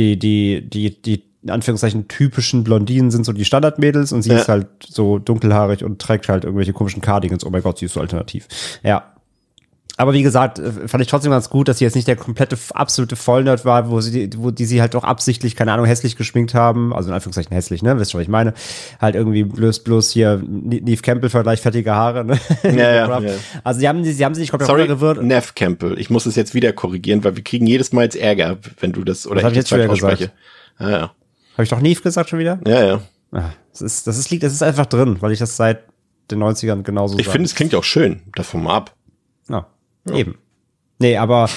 S5: die in Anführungszeichen typischen Blondinen sind so die Standardmädels und sie ist halt so dunkelhaarig und trägt halt irgendwelche komischen Cardigans. Oh mein Gott, sie ist so alternativ. Ja. Aber wie gesagt, fand ich trotzdem ganz gut, dass sie jetzt nicht der komplette, absolute Vollnerd war, die sie halt auch absichtlich, keine Ahnung, hässlich geschminkt haben. Also in Anführungszeichen hässlich, ne? Wisst ihr, was ich meine? Halt irgendwie bloß hier Neve Campbell-Vergleich, fettige Haare, ne? Ja. Also sie haben sie nicht komplett runtergewirkt.
S3: Neve Campbell. Ich muss es jetzt wieder korrigieren, weil wir kriegen jedes Mal jetzt Ärger, wenn du das, oder
S5: das hab ich jetzt schon wieder gesagt.
S3: Ja.
S5: Habe ich doch Neve gesagt schon wieder?
S3: Ja.
S5: Das ist einfach drin, weil ich das seit den 90ern genauso sage.
S3: Ich finde, es klingt ja auch schön, davon mal ab.
S5: Ja. Eben. Nee, aber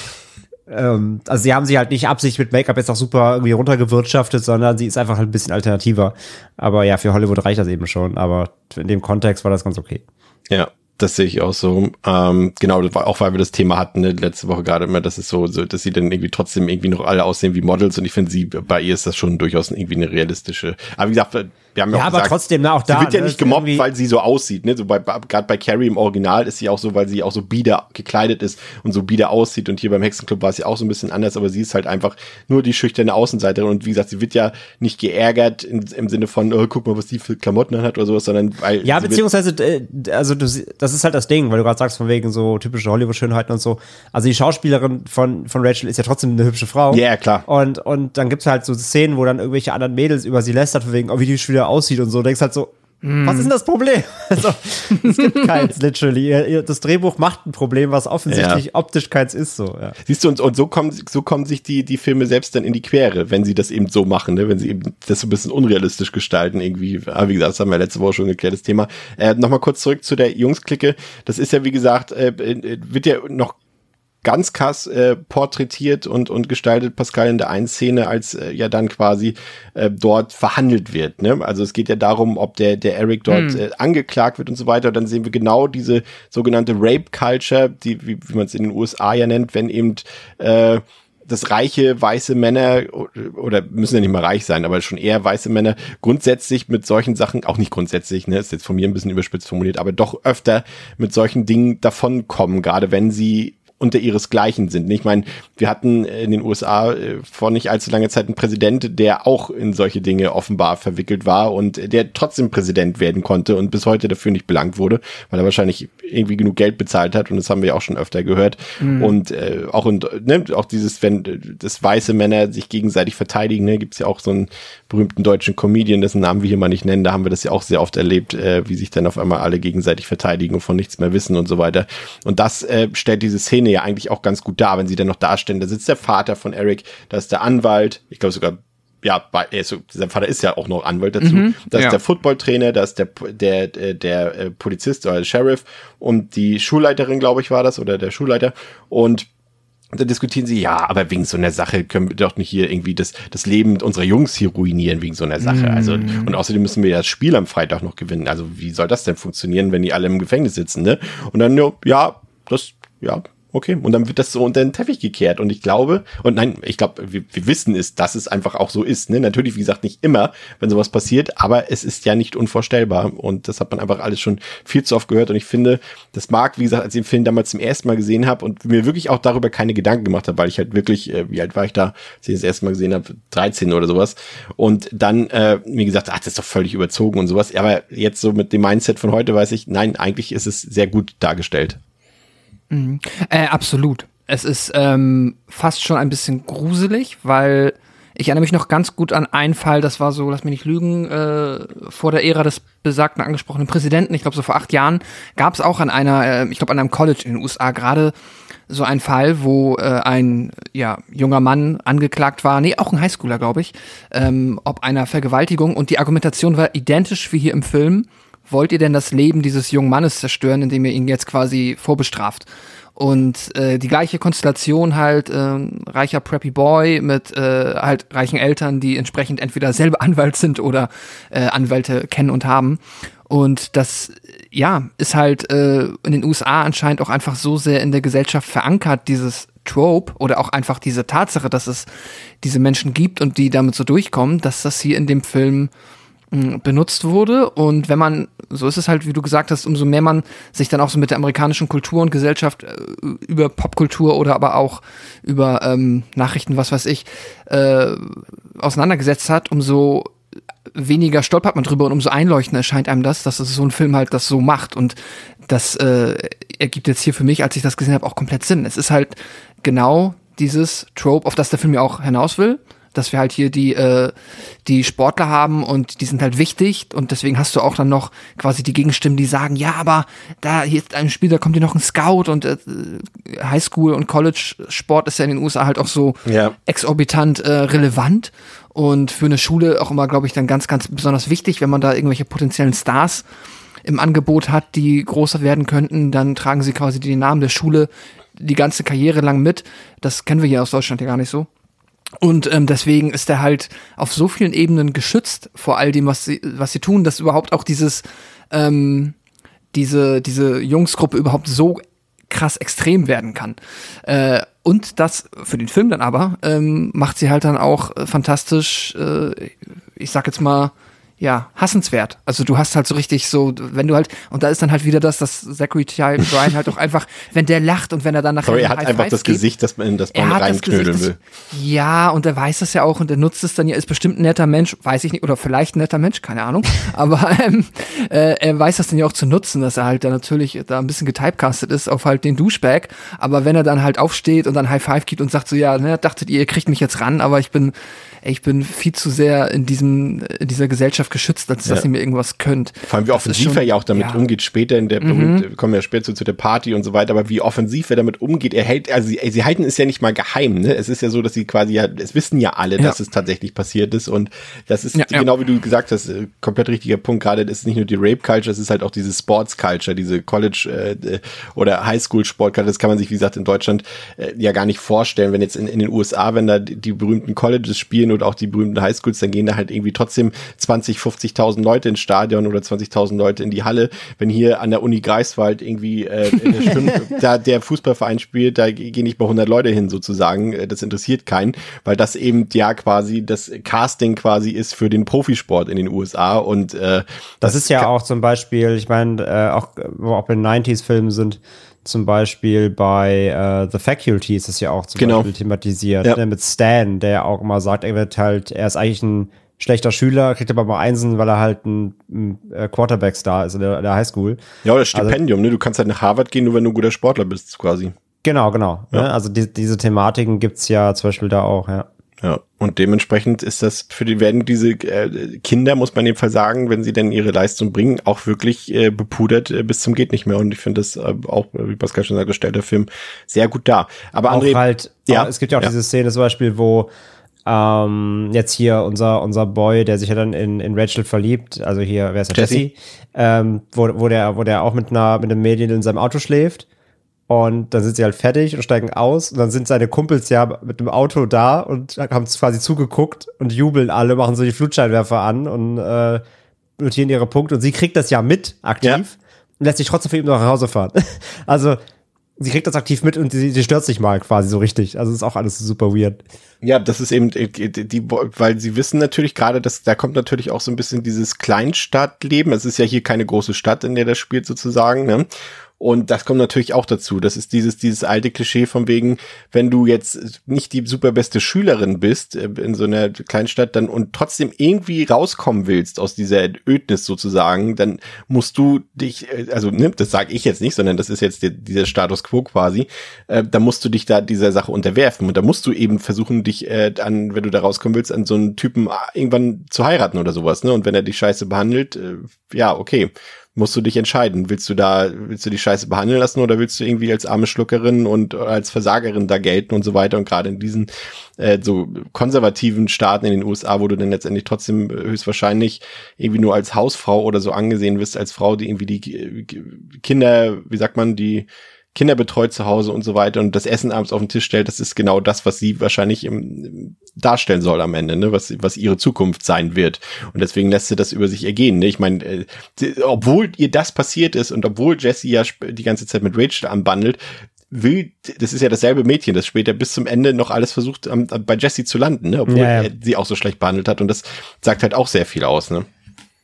S5: also sie haben sie halt nicht absichtlich mit Make-up jetzt auch super irgendwie runtergewirtschaftet, sondern sie ist einfach halt ein bisschen alternativer. Aber ja, für Hollywood reicht das eben schon, aber in dem Kontext war das ganz okay.
S3: Ja, das sehe ich auch so. Genau, das war auch, weil wir das Thema hatten, ne, letzte Woche gerade immer, dass es so, dass sie dann irgendwie trotzdem irgendwie noch alle aussehen wie Models und ich finde, bei ihr ist das schon durchaus irgendwie eine realistische, aber wie gesagt, wir haben ja auch
S5: aber
S3: gesagt,
S5: trotzdem, ne, auch da.
S3: Sie wird ja nicht gemobbt, weil sie so aussieht, ne, so gerade bei Carrie im Original ist sie auch so, weil sie auch so bieder gekleidet ist und so bieder aussieht und hier beim Hexenclub war es ja auch so ein bisschen anders, aber sie ist halt einfach nur die schüchterne Außenseiterin und wie gesagt, sie wird ja nicht geärgert im Sinne von, oh, guck mal, was die für Klamotten hat oder sowas, sondern weil.
S5: Ja, beziehungsweise, also das ist halt das Ding, weil du gerade sagst, von wegen so typische Hollywood-Schönheiten und so. Also die Schauspielerin von Rachel ist ja trotzdem eine hübsche Frau.
S3: Ja, klar.
S5: Und dann gibt's halt so Szenen, wo dann irgendwelche anderen Mädels über sie lästert, von wegen, oh, wie die schon wieder aussieht und so. Du denkst halt so, was ist denn das Problem? Also, es gibt keins, literally. Das Drehbuch macht ein Problem, was offensichtlich optisch keins ist, so. Ja.
S3: Siehst du, und so kommen sich die Filme selbst dann in die Quere, wenn sie das eben so machen, ne? Wenn sie eben das so ein bisschen unrealistisch gestalten, irgendwie. Aber wie gesagt, das haben wir letzte Woche schon geklärt, das Thema. Nochmal kurz zurück zu der Jungs-Clique. Das ist ja, wie gesagt, wird ja noch ganz krass porträtiert und gestaltet, Pascal, in der einen Szene, als ja dann quasi dort verhandelt wird. Ne? Also es geht ja darum, ob der Eric dort angeklagt wird und so weiter. Und dann sehen wir genau diese sogenannte Rape-Culture, die, wie man es in den USA ja nennt, wenn eben dass reiche, weiße Männer, oder müssen ja nicht mal reich sein, aber schon eher weiße Männer, grundsätzlich mit solchen Sachen, auch nicht grundsätzlich, ne, ist jetzt von mir ein bisschen überspitzt formuliert, aber doch öfter mit solchen Dingen davonkommen, gerade wenn sie unter ihresgleichen sind. Ich meine, wir hatten in den USA vor nicht allzu langer Zeit einen Präsident, der auch in solche Dinge offenbar verwickelt war und der trotzdem Präsident werden konnte und bis heute dafür nicht belangt wurde, weil er wahrscheinlich irgendwie genug Geld bezahlt hat, und das haben wir auch schon öfter gehört. Und auch dieses, wenn das weiße Männer sich gegenseitig verteidigen, ne, gibt's ja auch so einen berühmten deutschen Comedian, dessen Namen wir hier mal nicht nennen, da haben wir das ja auch sehr oft erlebt, wie sich dann auf einmal alle gegenseitig verteidigen und von nichts mehr wissen und so weiter. Und das stellt diese Szene ja eigentlich auch ganz gut dar, wenn sie dann noch darstellen. Da sitzt der Vater von Eric, da ist der Anwalt, ich glaube sogar, ja, sein Vater ist ja auch noch Anwalt dazu. Da ist der Footballtrainer, da ist der Polizist oder der Sheriff und die Schulleiterin, glaube ich, war das, oder der Schulleiter. Und dann diskutieren sie, ja, aber wegen so einer Sache können wir doch nicht hier irgendwie das Leben unserer Jungs hier ruinieren wegen so einer Sache. Also, und außerdem müssen wir ja das Spiel am Freitag noch gewinnen. Also, wie soll das denn funktionieren, wenn die alle im Gefängnis sitzen, ne? Und dann, okay, und dann wird das so unter den Teppich gekehrt. Und ich glaube, wir wissen es, dass es einfach auch so ist. Ne? Natürlich, wie gesagt, nicht immer, wenn sowas passiert, aber es ist ja nicht unvorstellbar. Und das hat man einfach alles schon viel zu oft gehört. Und ich finde, das mag, wie gesagt, als ich den Film damals zum ersten Mal gesehen habe und mir wirklich auch darüber keine Gedanken gemacht habe, weil ich halt wirklich, wie alt war ich da, als ich das erste Mal gesehen habe, 13 oder sowas. Und dann mir gesagt, das ist doch völlig überzogen und sowas. Aber jetzt so mit dem Mindset von heute weiß ich, nein, eigentlich ist es sehr gut dargestellt.
S4: Absolut. Es ist fast schon ein bisschen gruselig, weil ich erinnere mich noch ganz gut an einen Fall, das war so, lass mich nicht lügen, vor der Ära des besagten angesprochenen Präsidenten, ich glaube so vor 8 Jahren, gab es auch an einem College in den USA gerade so einen Fall, wo ein junger Mann angeklagt war, auch ein Highschooler, glaube ich, ob einer Vergewaltigung, und die Argumentation war identisch wie hier im Film. Wollt ihr denn das Leben dieses jungen Mannes zerstören, indem ihr ihn jetzt quasi vorbestraft? Und die gleiche Konstellation halt, reicher Preppy Boy mit halt reichen Eltern, die entsprechend entweder selber Anwalt sind oder Anwälte kennen und haben. Und das, ist halt in den USA anscheinend auch einfach so sehr in der Gesellschaft verankert, dieses Trope oder auch einfach diese Tatsache, dass es diese Menschen gibt und die damit so durchkommen, dass das hier in dem Film benutzt wurde. Und wenn man, so ist es halt, wie du gesagt hast, umso mehr man sich dann auch so mit der amerikanischen Kultur und Gesellschaft über Popkultur oder aber auch über Nachrichten, was weiß ich, auseinandergesetzt hat, umso weniger stolpert man drüber und umso einleuchtender erscheint einem das, dass es so ein Film halt das so macht. Und das ergibt jetzt hier für mich, als ich das gesehen habe, auch komplett Sinn. Es ist halt genau dieses Trope, auf das der Film ja auch hinaus will, dass wir halt hier die Sportler haben und die sind halt wichtig, und deswegen hast du auch dann noch quasi die Gegenstimmen, die sagen, ja, aber hier ist ein Spiel, da kommt hier noch ein Scout, und Highschool- und College-Sport ist ja in den USA halt auch so exorbitant relevant und für eine Schule auch immer, glaube ich, dann ganz, ganz besonders wichtig, wenn man da irgendwelche potenziellen Stars im Angebot hat, die größer werden könnten, dann tragen sie quasi den Namen der Schule die ganze Karriere lang mit. Das kennen wir hier aus Deutschland ja gar nicht so. Und deswegen ist er halt auf so vielen Ebenen geschützt vor all dem, was sie tun, dass überhaupt auch diese Jungsgruppe überhaupt so krass extrem werden kann. Und das für den Film dann aber macht sie halt dann auch fantastisch, ich sag jetzt mal, hassenswert. Also du hast halt so richtig so, wenn du halt, und da ist dann halt wieder dass Zachary Ty Bryan halt auch einfach, wenn der lacht und wenn er dann nachher
S3: er hat einfach das Gesicht, dass man reinknödeln will.
S4: Ja, und er weiß das ja auch und er nutzt es dann ja, ist bestimmt ein netter Mensch, weiß ich nicht, oder vielleicht ein netter Mensch, keine Ahnung, aber er weiß das dann ja auch zu nutzen, dass er halt da natürlich da ein bisschen getypecastet ist auf halt den Douchebag, aber wenn er dann halt aufsteht und dann High Five gibt und sagt so, dachtet ihr kriegt mich jetzt ran, aber ich bin viel zu sehr in dieser Gesellschaft geschützt, als dass ihr mir irgendwas könnt.
S3: Vor allem, wie offensiv er ja auch damit umgeht, später in der kommen ja später zu der Party und so weiter, aber wie offensiv er damit umgeht, er hält, also sie halten es ja nicht mal geheim, ne? Es ist ja so, dass sie quasi es wissen ja alle, dass es tatsächlich passiert ist und das ist genau wie du gesagt hast, komplett richtiger Punkt, gerade das ist nicht nur die Rape-Culture, es ist halt auch diese Sports-Culture, diese College- oder Highschool-Sport-Culture, das kann man sich, wie gesagt, in Deutschland ja gar nicht vorstellen, wenn jetzt in den USA, wenn da die berühmten Colleges spielen oder auch die berühmten Highschools, dann gehen da halt irgendwie trotzdem 20, 50.000 Leute ins Stadion oder 20.000 Leute in die Halle. Wenn hier an der Uni Greifswald irgendwie da der Fußballverein spielt, da gehen nicht mal 100 Leute hin sozusagen. Das interessiert keinen, weil das eben ja quasi das Casting quasi ist für den Profisport in den USA und
S5: das ist ja auch zum Beispiel, ich meine, auch in 90s-Filmen sind zum Beispiel bei The Faculty ist das ja auch zum Beispiel thematisiert, ne, mit Stan, der ja auch immer sagt, er ist eigentlich ein schlechter Schüler, kriegt aber mal Einsen, weil er halt ein Quarterback-Star ist in der Highschool. Ja,
S3: oder Stipendium, ne? Du kannst halt nach Harvard gehen, nur wenn du ein guter Sportler bist, quasi.
S5: Genau. Ja. Ne? Also diese Thematiken gibt's ja zum Beispiel da auch, ja.
S3: Ja, und dementsprechend ist das werden diese Kinder, muss man in dem Fall sagen, wenn sie denn ihre Leistung bringen, auch wirklich bepudert bis zum geht nicht mehr. Und ich finde das auch, wie Pascal schon sagt, stellt der Film sehr gut dar. Aber
S5: auch André, halt, es gibt ja auch diese Szene zum Beispiel, wo jetzt hier unser Boy, der sich ja dann in Rachel verliebt, also hier, wer ist der? Jesse, wo der auch mit einem Mädchen in seinem Auto schläft. Und dann sind sie halt fertig und steigen aus. Und dann sind seine Kumpels ja mit dem Auto da und haben quasi zugeguckt und jubeln alle, machen so die Flutscheinwerfer an und notieren ihre Punkte. Und sie kriegt das ja mit, aktiv, und lässt sich trotzdem für ihn noch nach Hause fahren. Also, sie kriegt das aktiv mit und sie stört sich mal quasi so richtig. Also, ist auch alles super weird.
S3: Ja, das ist eben weil sie wissen natürlich gerade, da kommt natürlich auch so ein bisschen dieses Kleinstadtleben. Es ist ja hier keine große Stadt, in der das spielt sozusagen, ne? Und das kommt natürlich auch dazu. Das ist dieses alte Klischee von wegen, wenn du jetzt nicht die super beste Schülerin bist in so einer Kleinstadt dann und trotzdem irgendwie rauskommen willst aus dieser Ödnis sozusagen, dann musst du dich, also das sage ich jetzt nicht, sondern das ist jetzt dieser Status quo quasi, da musst du dich da dieser Sache unterwerfen und da musst du eben versuchen, dich wenn du da rauskommen willst, an so einen Typen irgendwann zu heiraten oder sowas, ne? Und wenn er dich scheiße behandelt, ja, okay. Musst du dich entscheiden. Willst du die Scheiße behandeln lassen oder willst du irgendwie als arme Schluckerin und als Versagerin da gelten und so weiter? Und gerade in diesen so konservativen Staaten in den USA, wo du dann letztendlich trotzdem höchstwahrscheinlich irgendwie nur als Hausfrau oder so angesehen wirst, als Frau, die irgendwie die Kinder, wie sagt man, die Kinder betreut zu Hause und so weiter und das Essen abends auf den Tisch stellt, das ist genau das, was sie wahrscheinlich darstellen soll am Ende, ne, was ihre Zukunft sein wird. Und deswegen lässt sie das über sich ergehen, ne? Ich meine, obwohl ihr das passiert ist und obwohl Jesse ja die ganze Zeit mit Rachel anbandelt, das ist ja dasselbe Mädchen, das später bis zum Ende noch alles versucht, bei Jesse zu landen, ne? Obwohl er sie auch so schlecht behandelt hat und das sagt halt auch sehr viel aus, ne?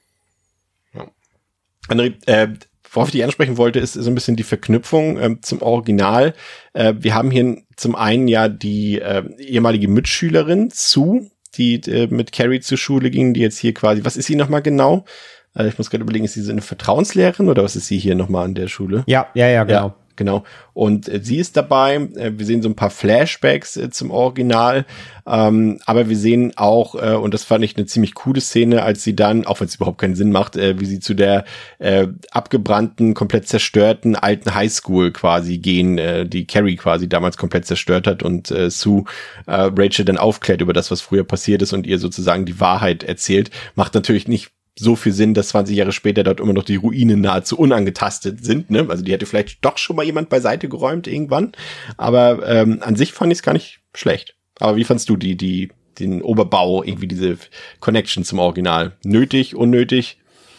S3: Ja. André, worauf ich dich ansprechen wollte, ist so ein bisschen die Verknüpfung zum Original. Wir haben hier zum einen ja die ehemalige Mitschülerin Sue, die mit Carrie zur Schule ging, die jetzt hier quasi, was ist sie nochmal genau? Ich muss gerade überlegen, ist sie so eine Vertrauenslehrerin oder was ist sie hier nochmal an der Schule?
S5: Ja, genau.
S3: Ja. Genau. Und sie ist dabei. Wir sehen so ein paar Flashbacks zum Original. Aber wir sehen auch, und das fand ich eine ziemlich coole Szene, als sie dann, auch wenn es überhaupt keinen Sinn macht, wie sie zu der abgebrannten, komplett zerstörten alten Highschool quasi gehen, die Carrie quasi damals komplett zerstört hat und Sue Rachel dann aufklärt über das, was früher passiert ist und ihr sozusagen die Wahrheit erzählt. Macht natürlich nicht so viel Sinn, dass 20 Jahre später dort immer noch die Ruinen nahezu unangetastet sind, ne? Also die hätte vielleicht doch schon mal jemand beiseite geräumt irgendwann. Aber an sich fand ich es gar nicht schlecht. Aber wie fandst du den Oberbau, irgendwie diese Connection zum Original? Nötig, unnötig?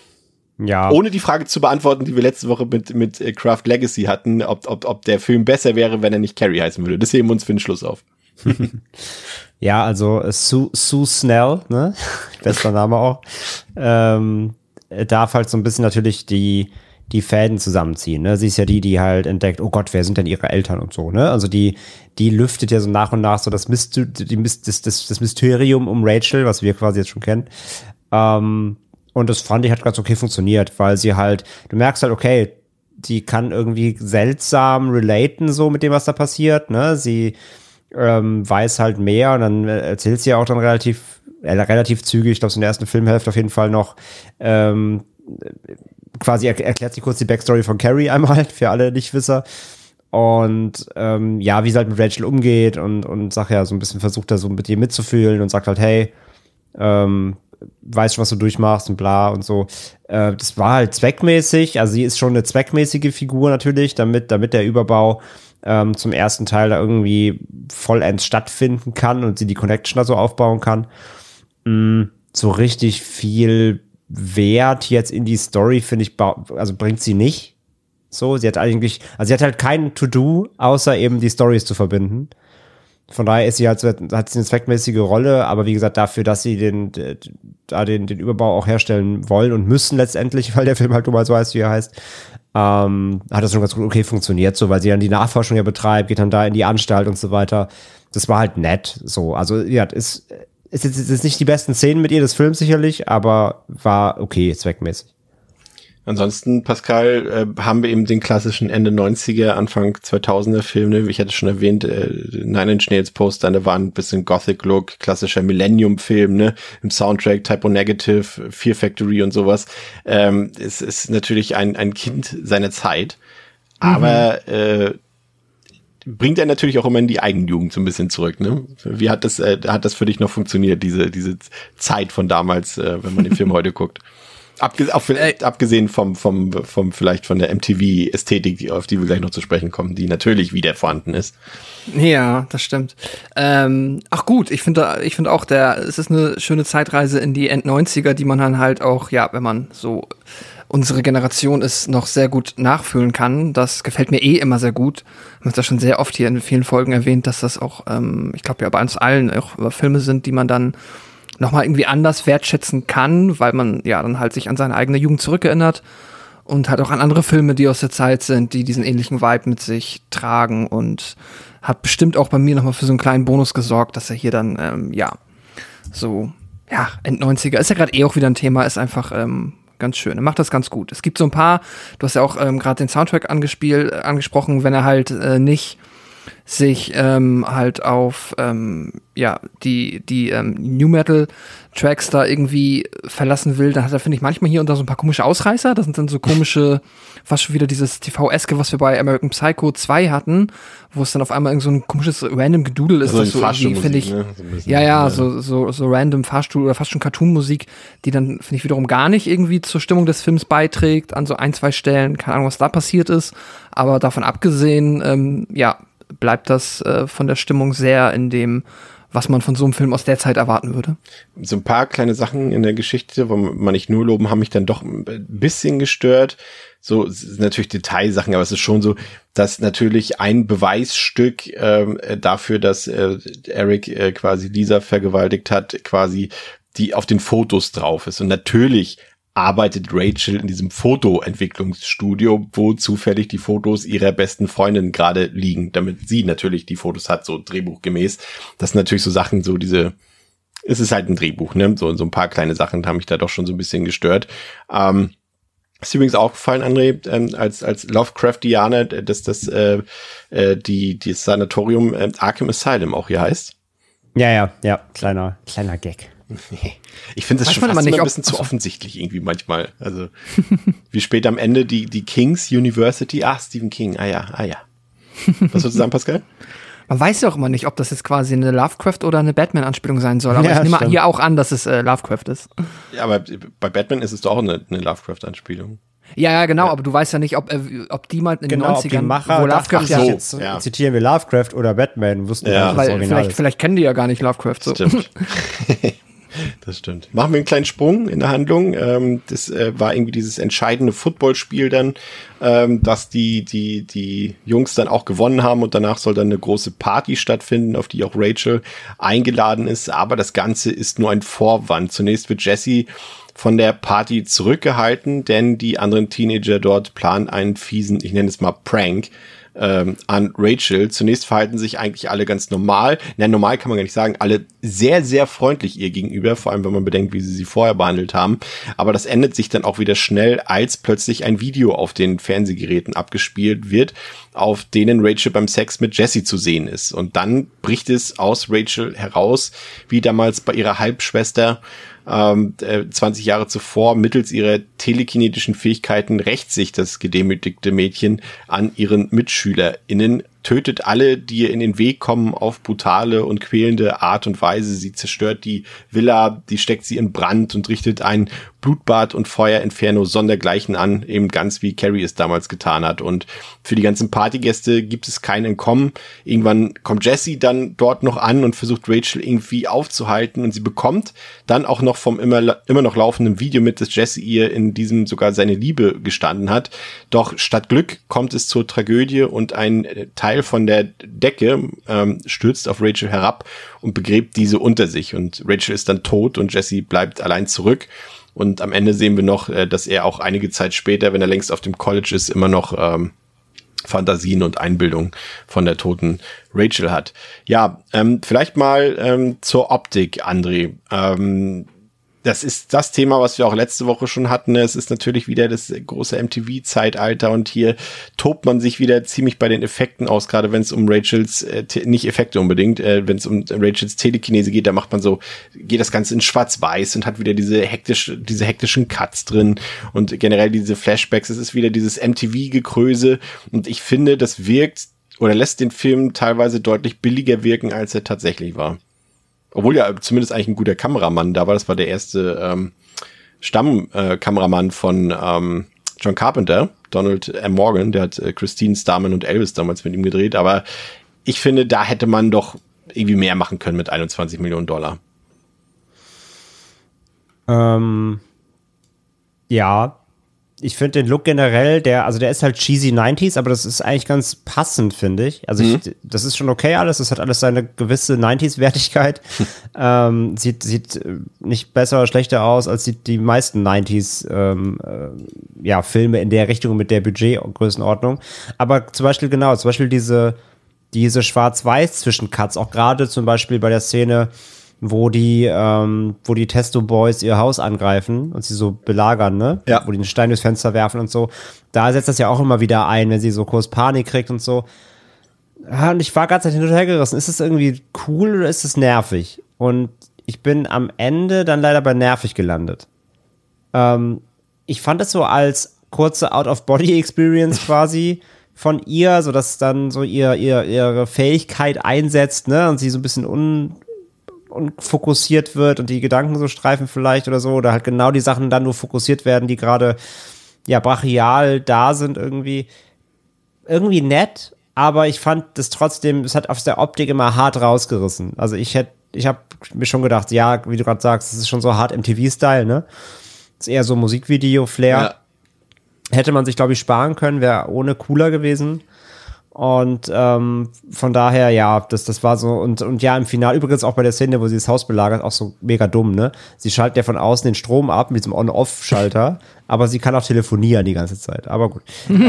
S5: Ja.
S3: Ohne die Frage zu beantworten, die wir letzte Woche mit Craft Legacy hatten, ob der Film besser wäre, wenn er nicht Carrie heißen würde. Das heben wir uns für den Schluss auf.
S5: Ja, also Sue Snell, ne? Bester Name auch. Darf halt so ein bisschen natürlich die Fäden zusammenziehen, ne? Sie ist ja die halt entdeckt, oh Gott, wer sind denn ihre Eltern und so, ne? Also die lüftet ja so nach und nach so das Mysterium um Rachel, was wir quasi jetzt schon kennen. Und das fand ich hat ganz okay funktioniert, weil sie halt, du merkst halt, okay, die kann irgendwie seltsam relaten so mit dem, was da passiert, ne? Sie weiß halt mehr und dann erzählt sie ja auch dann relativ relativ zügig, ich glaube, so in der ersten Filmhälfte auf jeden Fall noch, quasi erklärt sie kurz die Backstory von Carrie einmal, für alle Nichtwisser. Und wie sie halt mit Rachel umgeht und sagt ja so ein bisschen, versucht er so mit ihr mitzufühlen und sagt halt, hey, weißt du, was du durchmachst und bla und so. Das war halt zweckmäßig, also sie ist schon eine zweckmäßige Figur natürlich, damit der Überbau zum ersten Teil da irgendwie vollends stattfinden kann und sie die Connection da so aufbauen kann. So richtig viel Wert jetzt in die Story, finde ich, also bringt sie nicht. So, sie hat halt kein To-Do, außer eben die Storys zu verbinden. Von daher ist sie hat sie eine zweckmäßige Rolle, aber wie gesagt, dafür, dass sie den Überbau auch herstellen wollen und müssen letztendlich, weil der Film halt nun mal so heißt, wie er heißt, hat das schon ganz gut funktioniert, so, weil sie dann die Nachforschung ja betreibt, geht dann da in die Anstalt und so weiter. Das war halt nett, so. Also, ja, ist jetzt nicht die besten Szenen mit ihr des Films sicherlich, aber war okay, zweckmäßig.
S3: Ansonsten, Pascal, haben wir eben den klassischen Ende 90er, Anfang 2000er Film, ne? Ich hatte schon erwähnt, Nine Inch Nails Poster, da war ein bisschen Gothic-Look, klassischer Millennium-Film, ne? Im Soundtrack, Typo Negative, Fear Factory und sowas. Es ist natürlich ein Kind seiner Zeit, aber bringt er natürlich auch immer in die Eigenjugend so ein bisschen zurück, ne? Wie hat das für dich noch funktioniert, diese Zeit von damals, wenn man den Film heute guckt? Abgesehen vom vielleicht von der MTV-Ästhetik, auf die wir gleich noch zu sprechen kommen, die natürlich wieder vorhanden ist.
S4: Ja, das stimmt. Ach gut, ich finde auch, es ist eine schöne Zeitreise in die End-90er, die man dann halt auch, ja, wenn man so unsere Generation ist, noch sehr gut nachfühlen kann. Das gefällt mir immer sehr gut. Man hat das schon sehr oft hier in vielen Folgen erwähnt, dass das auch, ich glaube ja bei uns allen auch Filme sind, die man dann nochmal irgendwie anders wertschätzen kann, weil man ja dann halt sich an seine eigene Jugend zurückerinnert und halt auch an andere Filme, die aus der Zeit sind, die diesen ähnlichen Vibe mit sich tragen, und hat bestimmt auch bei mir nochmal für so einen kleinen Bonus gesorgt, dass er hier dann, End-90er, ist ja gerade auch wieder ein Thema, ist einfach ganz schön. Er macht das ganz gut. Es gibt so ein paar, du hast ja auch gerade den Soundtrack angesprochen, wenn er halt nicht sich halt auf die New Metal Tracks da irgendwie verlassen will, dann hat er, finde ich, manchmal hier und da so ein paar komische Ausreißer. Das sind dann so komische, fast schon wieder dieses TV-eske, was wir bei American Psycho 2 hatten, wo es dann auf einmal irgend so ein komisches random Gedudel ist, das so irgendwie, finde ich, ne? So random Fahrstuhl oder fast schon Cartoon-Musik, die dann, finde ich, wiederum gar nicht irgendwie zur Stimmung des Films beiträgt, an so ein, zwei Stellen, keine Ahnung, was da passiert ist, aber davon abgesehen, bleibt das von der Stimmung sehr in dem, was man von so einem Film aus der Zeit erwarten würde.
S3: So ein paar kleine Sachen in der Geschichte, wo man nicht nur loben, haben mich dann doch ein bisschen gestört. So, es sind natürlich Detailsachen, aber es ist schon so, dass natürlich ein Beweisstück dafür, dass Eric quasi Lisa vergewaltigt hat, quasi die auf den Fotos drauf ist. Und natürlich arbeitet Rachel in diesem Fotoentwicklungsstudio, wo zufällig die Fotos ihrer besten Freundin gerade liegen, damit sie natürlich die Fotos hat, so drehbuchgemäß. Das sind natürlich so Sachen, es ist halt ein Drehbuch, ne? So ein paar kleine Sachen haben mich da doch schon so ein bisschen gestört. Ist übrigens auch gefallen, André, als Lovecraftianer, dass das Sanatorium Arkham Asylum auch hier heißt.
S5: Ja, kleiner Gag.
S3: Ich finde das schon fast immer ein bisschen zu offensichtlich irgendwie manchmal. Also, wie spät am Ende die King's University. Stephen King. Ah ja. Was würdest du sagen, Pascal?
S4: Man weiß ja auch immer nicht, ob das jetzt quasi eine Lovecraft- oder eine Batman-Anspielung sein soll. Aber ich nehme hier auch an, dass es Lovecraft ist.
S3: Ja, aber bei Batman ist es doch auch eine Lovecraft-Anspielung.
S4: Ja, genau, aber du weißt ja nicht, ob die mal in den 90ern,
S5: ob die Macher,
S4: wo Lovecraft
S5: zitieren wir Lovecraft oder Batman, wussten ja,
S4: weil vielleicht kennen die ja gar nicht Lovecraft so.
S3: Stimmt. Das stimmt. Machen wir einen kleinen Sprung in der Handlung. Das war irgendwie dieses entscheidende Footballspiel dann, dass die Jungs dann auch gewonnen haben, und danach soll dann eine große Party stattfinden, auf die auch Rachel eingeladen ist. Aber das Ganze ist nur ein Vorwand. Zunächst wird Jessie von der Party zurückgehalten, denn die anderen Teenager dort planen einen fiesen, ich nenne es mal Prank, an Rachel. Zunächst verhalten sich eigentlich alle ganz normal. Nein, normal kann man gar nicht sagen. Alle sehr, sehr freundlich ihr gegenüber, vor allem wenn man bedenkt, wie sie vorher behandelt haben. Aber das ändert sich dann auch wieder schnell, als plötzlich ein Video auf den Fernsehgeräten abgespielt wird, auf denen Rachel beim Sex mit Jesse zu sehen ist. Und dann bricht es aus Rachel heraus, wie damals bei ihrer Halbschwester 20 Jahre zuvor, mittels ihrer telekinetischen Fähigkeiten rächt sich das gedemütigte Mädchen an ihren MitschülerInnen, tötet alle, die ihr in den Weg kommen, auf brutale und quälende Art und Weise. Sie zerstört die Villa, die steckt sie in Brand und richtet ein Blutbad und Feuerinferno sondergleichen an, eben ganz wie Carrie es damals getan hat. Und für die ganzen Partygäste gibt es kein Entkommen. Irgendwann kommt Jesse dann dort noch an und versucht Rachel irgendwie aufzuhalten, und sie bekommt dann auch noch vom immer noch laufenden Video mit, dass Jesse ihr in diesem sogar seine Liebe gestanden hat. Doch statt Glück kommt es zur Tragödie und ein Teil von der Decke stürzt auf Rachel herab und begräbt diese unter sich, und Rachel ist dann tot und Jesse bleibt allein zurück. Und am Ende sehen wir noch, dass er auch einige Zeit später, wenn er längst auf dem College ist, immer noch Fantasien und Einbildung von der toten Rachel hat. Ja, vielleicht mal zur Optik, André. Das ist das Thema, was wir auch letzte Woche schon hatten. Es ist natürlich wieder das große MTV-Zeitalter, und hier tobt man sich wieder ziemlich bei den Effekten aus, gerade wenn es um Rachels, nicht Effekte unbedingt, wenn es um Rachels Telekinese geht, da geht das Ganze in schwarz-weiß und hat wieder diese hektischen Cuts drin und generell diese Flashbacks. Es ist wieder dieses MTV-Gekröse, und ich finde, das wirkt oder lässt den Film teilweise deutlich billiger wirken, als er tatsächlich war. Obwohl ja zumindest eigentlich ein guter Kameramann da war. Das war der erste Stammkameramann von John Carpenter, Donald M. Morgan. Der hat Christine, Starman und Elvis damals mit ihm gedreht. Aber ich finde, da hätte man doch irgendwie mehr machen können mit 21 Millionen $.
S5: Ja, ich finde den Look generell, der ist halt cheesy 90s, aber das ist eigentlich ganz passend, finde ich. Also das ist schon okay alles, das hat alles seine gewisse 90s-Wertigkeit. Sieht nicht besser oder schlechter aus, als die meisten 90s Filme in der Richtung mit der Budgetgrößenordnung. Aber zum Beispiel diese Schwarz-Weiß-Zwischencuts, auch gerade zum Beispiel bei der Szene, wo die Testo-Boys ihr Haus angreifen und sie so belagern, ne?
S3: Ja.
S5: Wo die einen Stein durchs Fenster werfen und so. Da setzt das ja auch immer wieder ein, wenn sie so kurz Panik kriegt und so. Ja, und ich war ganz hin und her gerissen. Ist es irgendwie cool oder ist es nervig? Und ich bin am Ende dann leider bei nervig gelandet. Ich fand es so als kurze Out-of-Body-Experience quasi von ihr, so dass dann so ihre Fähigkeit einsetzt, ne? Und sie so ein bisschen unfokussiert wird und die Gedanken so streifen vielleicht oder so, oder halt genau die Sachen dann nur fokussiert werden, die gerade brachial da sind, irgendwie nett, aber ich fand das trotzdem, es hat aus der Optik immer hart rausgerissen. Also ich habe mir schon gedacht, ja, wie du gerade sagst, das ist schon so hart MTV-Style, ne? Das ist eher so Musikvideo-Flair. Ja. Hätte man sich, glaube ich, sparen können, wäre ohne cooler gewesen. Und von daher, ja, das war so, und ja, im Finale, übrigens auch bei der Szene, wo sie das Haus belagert, auch so mega dumm, ne? Sie schaltet ja von außen den Strom ab mit diesem On-Off-Schalter, aber sie kann auch telefonieren die ganze Zeit, aber gut.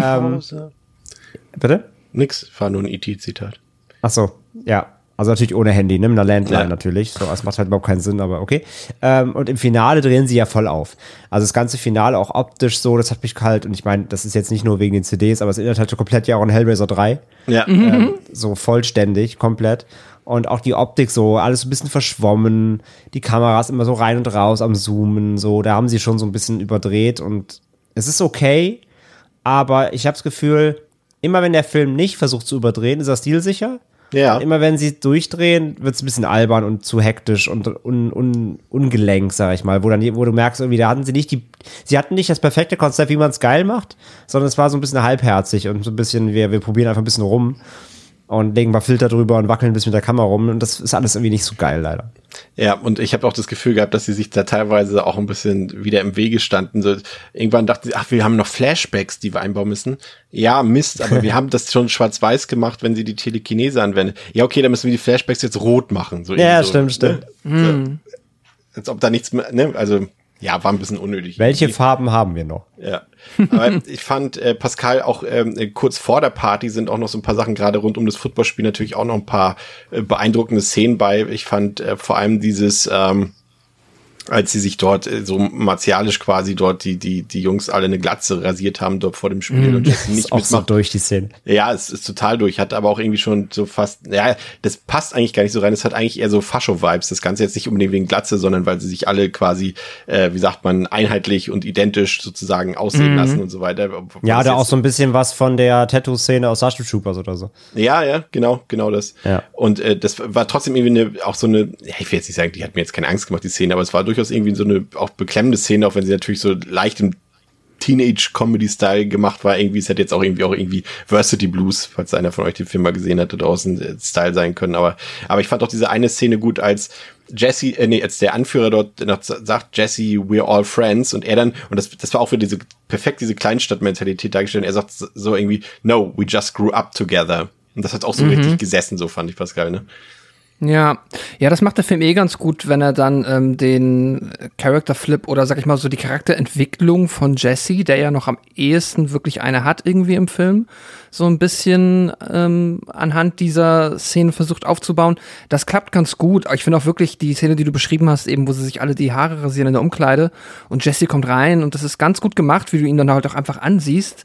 S5: Bitte?
S3: Nix, war nur ein E.T.-Zitat.
S5: Ach so, ja. Also natürlich ohne Handy, ne? Mit einer Landline natürlich. So, das macht halt überhaupt keinen Sinn, aber okay. Und im Finale drehen sie ja voll auf. Also das ganze Finale auch optisch so, das hat mich kalt, und ich meine, das ist jetzt nicht nur wegen den CDs, aber es erinnert halt komplett ja auch an Hellraiser 3.
S3: Ja.
S5: So vollständig, komplett. Und auch die Optik so, alles so ein bisschen verschwommen. Die Kameras immer so rein und raus am Zoomen, so. Da haben sie schon so ein bisschen überdreht, und es ist okay, aber ich habe das Gefühl, immer wenn der Film nicht versucht zu überdrehen, ist er stilsicher. Ja. Und immer wenn sie durchdrehen, wird es ein bisschen albern und zu hektisch und ungelenk, sag ich mal, wo du merkst, irgendwie, da hatten sie hatten nicht das perfekte Konzept, wie man es geil macht, sondern es war so ein bisschen halbherzig und so ein bisschen, wir probieren einfach ein bisschen rum und legen ein paar Filter drüber und wackeln ein bisschen mit der Kamera rum, und das ist alles irgendwie nicht so geil, leider.
S3: Ja, und ich habe auch das Gefühl gehabt, dass sie sich da teilweise auch ein bisschen wieder im Wege standen. So, irgendwann dachten sie, wir haben noch Flashbacks, die wir einbauen müssen. Ja, Mist, aber wir haben das schon schwarz-weiß gemacht, wenn sie die Telekinese anwendet. Ja, okay, dann müssen wir die Flashbacks jetzt rot machen. So
S5: ja, stimmt.
S3: Ne? So, als ob da nichts mehr, ne? Also Ja, war ein bisschen unnötig.
S5: Welche Farben haben wir noch?
S3: Ja, aber ich fand, Pascal, auch kurz vor der Party sind auch noch so ein paar Sachen, gerade rund um das Footballspiel, natürlich auch noch ein paar beeindruckende Szenen bei. Ich fand vor allem dieses, als sie sich dort so martialisch quasi dort die Jungs alle eine Glatze rasiert haben dort vor dem Spiel und Jesse nicht
S5: ist auch
S3: mitmacht.
S5: so durch die Szene.
S3: Ja, es ist total durch, hat aber auch irgendwie schon so fast, ja, das passt eigentlich gar nicht so rein, es hat eigentlich eher so Fascho-Vibes, das Ganze jetzt nicht unbedingt wegen Glatze, sondern weil sie sich alle quasi, wie sagt man, einheitlich und identisch sozusagen aussehen lassen und so weiter.
S5: Ja, oder auch so ein bisschen was von der Tattoo-Szene aus Starship Troopers oder so.
S3: Ja, genau das.
S5: Ja.
S3: Und das war trotzdem irgendwie auch so eine, ja, ich will jetzt nicht sagen, die hat mir jetzt keine Angst gemacht, die Szene, aber es war durchaus irgendwie so eine auch beklemmende Szene, auch wenn sie natürlich so leicht im Teenage-Comedy-Style gemacht war. Irgendwie, es hätte jetzt auch irgendwie Varsity Blues, falls einer von euch den Film mal gesehen hat, da draußen Style sein können. Aber ich fand auch diese eine Szene gut, als als der Anführer dort noch sagt, Jesse, we're all friends, und er dann, und das war auch für diese Kleinstadt-Mentalität dargestellt, und er sagt so irgendwie, no, we just grew up together. Und das hat auch so richtig gesessen, so fand ich Pascal, ne?
S4: Ja, das macht der Film ganz gut, wenn er dann den Character Flip oder sag ich mal so die Charakterentwicklung von Jesse, der ja noch am ehesten wirklich eine hat irgendwie im Film, so ein bisschen anhand dieser Szene versucht aufzubauen. Das klappt ganz gut. Ich finde auch wirklich die Szene, die du beschrieben hast, eben wo sie sich alle die Haare rasieren in der Umkleide und Jesse kommt rein und das ist ganz gut gemacht, wie du ihn dann halt auch einfach ansiehst,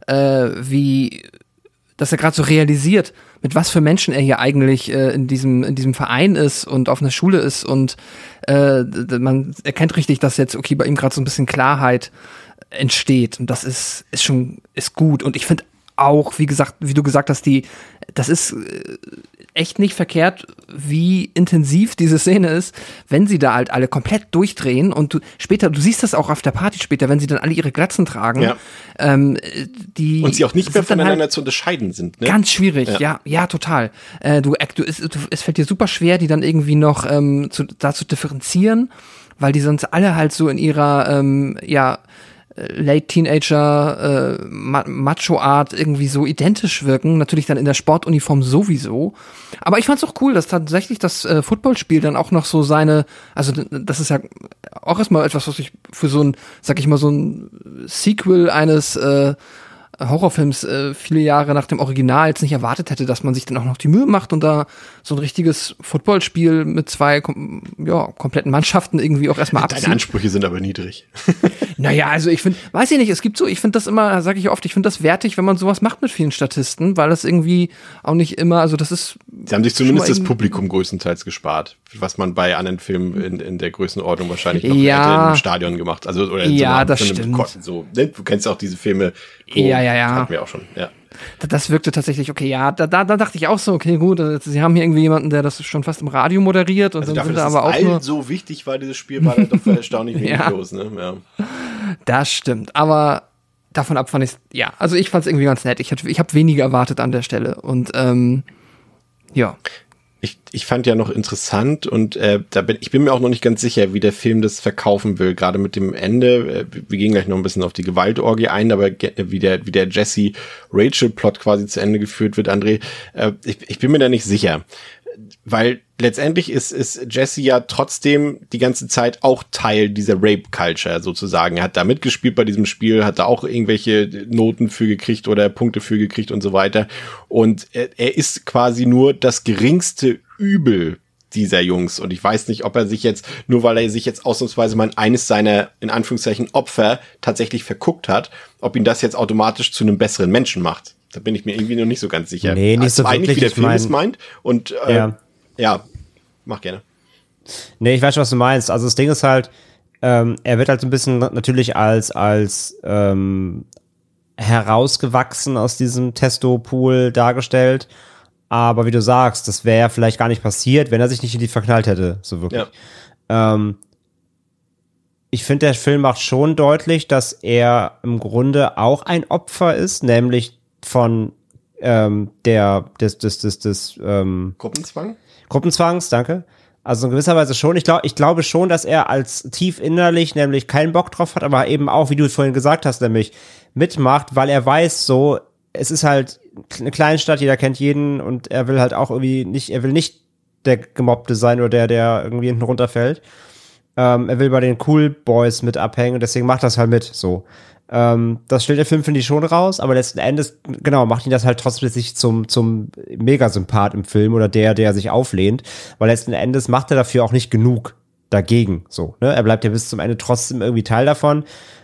S4: dass er gerade so realisiert, mit was für Menschen er hier eigentlich in diesem Verein ist und auf einer Schule ist und man erkennt richtig, dass jetzt bei ihm gerade so ein bisschen Klarheit entsteht und das ist gut und ich finde auch, wie du gesagt hast, das ist echt nicht verkehrt, wie intensiv diese Szene ist, wenn sie da halt alle komplett durchdrehen und du siehst das auch auf der Party später, wenn sie dann alle ihre Glatzen tragen.
S3: Ja. Und sie auch nicht mehr voneinander halt zu unterscheiden sind. Ne?
S4: Ganz schwierig, ja, total. Es fällt dir super schwer, die dann irgendwie noch da zu differenzieren, weil die sonst alle halt so in ihrer Late Teenager Macho-Art irgendwie so identisch wirken, natürlich dann in der Sportuniform sowieso. Aber ich fand's auch cool, dass tatsächlich das Footballspiel dann auch noch so das ist ja auch erstmal etwas, was ich für so ein, sag ich mal, so ein Sequel eines Horrorfilms viele Jahre nach dem Original jetzt nicht erwartet hätte, dass man sich dann auch noch die Mühe macht und da so ein richtiges Footballspiel mit zwei kompletten Mannschaften irgendwie auch erstmal abzieht.
S3: Deine Ansprüche sind aber niedrig.
S4: Naja, also ich finde, weiß ich nicht, ich finde das immer, sage ich oft, ich finde das wertig, wenn man sowas macht mit vielen Statisten, weil das irgendwie auch nicht immer, also das ist...
S3: Sie haben sich zumindest das Publikum größtenteils gespart, was man bei anderen Filmen in der Größenordnung wahrscheinlich noch hätte im Stadion gemacht. Also, oder in
S4: das stimmt.
S3: Ne? Du kennst ja auch diese Filme, hatten wir auch schon, ja.
S4: Das wirkte tatsächlich, da dachte ich auch so, okay, gut, sie haben hier irgendwie jemanden, der das schon fast im Radio moderiert und
S3: also
S4: dann
S3: dafür,
S4: sind da aber auch nur...
S3: so wichtig war dieses Spiel, war da doch erstaunlich wenig los, ne? Ja. Das
S4: stimmt, aber davon ab fand ich also ich fand es irgendwie ganz nett. Ich habe weniger erwartet an der Stelle und
S3: Ich fand ja noch interessant und ich bin mir auch noch nicht ganz sicher, wie der Film das verkaufen will, gerade mit dem Ende. Wir gehen gleich noch ein bisschen auf die Gewaltorgie ein, aber wie der Jesse-Rachel-Plot quasi zu Ende geführt wird, André, ich bin mir da nicht sicher. Weil letztendlich ist Jesse ja trotzdem die ganze Zeit auch Teil dieser Rape-Culture sozusagen. Er hat da mitgespielt bei diesem Spiel, hat da auch irgendwelche Noten für gekriegt oder Punkte für gekriegt und so weiter. Und er ist quasi nur das geringste Übel dieser Jungs. Und ich weiß nicht, ob er sich jetzt, nur weil er sich jetzt ausnahmsweise mal eines seiner, in Anführungszeichen, Opfer tatsächlich verguckt hat, ob ihn das jetzt automatisch zu einem besseren Menschen macht. Da bin ich mir irgendwie noch nicht so ganz sicher.
S5: Nee, nicht so
S3: eigentlich,
S5: wirklich.
S3: Wie der Film es meint. Und mach gerne.
S5: Nee, ich weiß schon, was du meinst. Also das Ding ist halt, er wird halt so ein bisschen natürlich als herausgewachsen aus diesem Testo-Pool dargestellt. Aber wie du sagst, das wäre ja vielleicht gar nicht passiert, wenn er sich nicht in die verknallt hätte, so wirklich. Ja. Ich finde, der Film macht schon deutlich, dass er im Grunde auch ein Opfer ist, nämlich von Gruppenzwangs, danke. Also in gewisser Weise schon. Ich glaube schon, dass er als tief innerlich nämlich keinen Bock drauf hat, aber eben auch, wie du vorhin gesagt hast, nämlich mitmacht, weil er weiß so, es ist halt eine Kleinstadt, jeder kennt jeden und er will halt auch irgendwie nicht, er will nicht der Gemobbte sein oder der irgendwie hinten runterfällt. er will bei den Cool Boys mit abhängen und deswegen macht das halt mit, so. Das stellt der Film, finde ich, schon raus, aber letzten Endes, genau, macht ihn das halt trotzdem sich zum Megasympath im Film oder der sich auflehnt, weil letzten Endes macht er dafür auch nicht genug dagegen, so, ne? Er bleibt ja bis zum Ende trotzdem irgendwie Teil davon,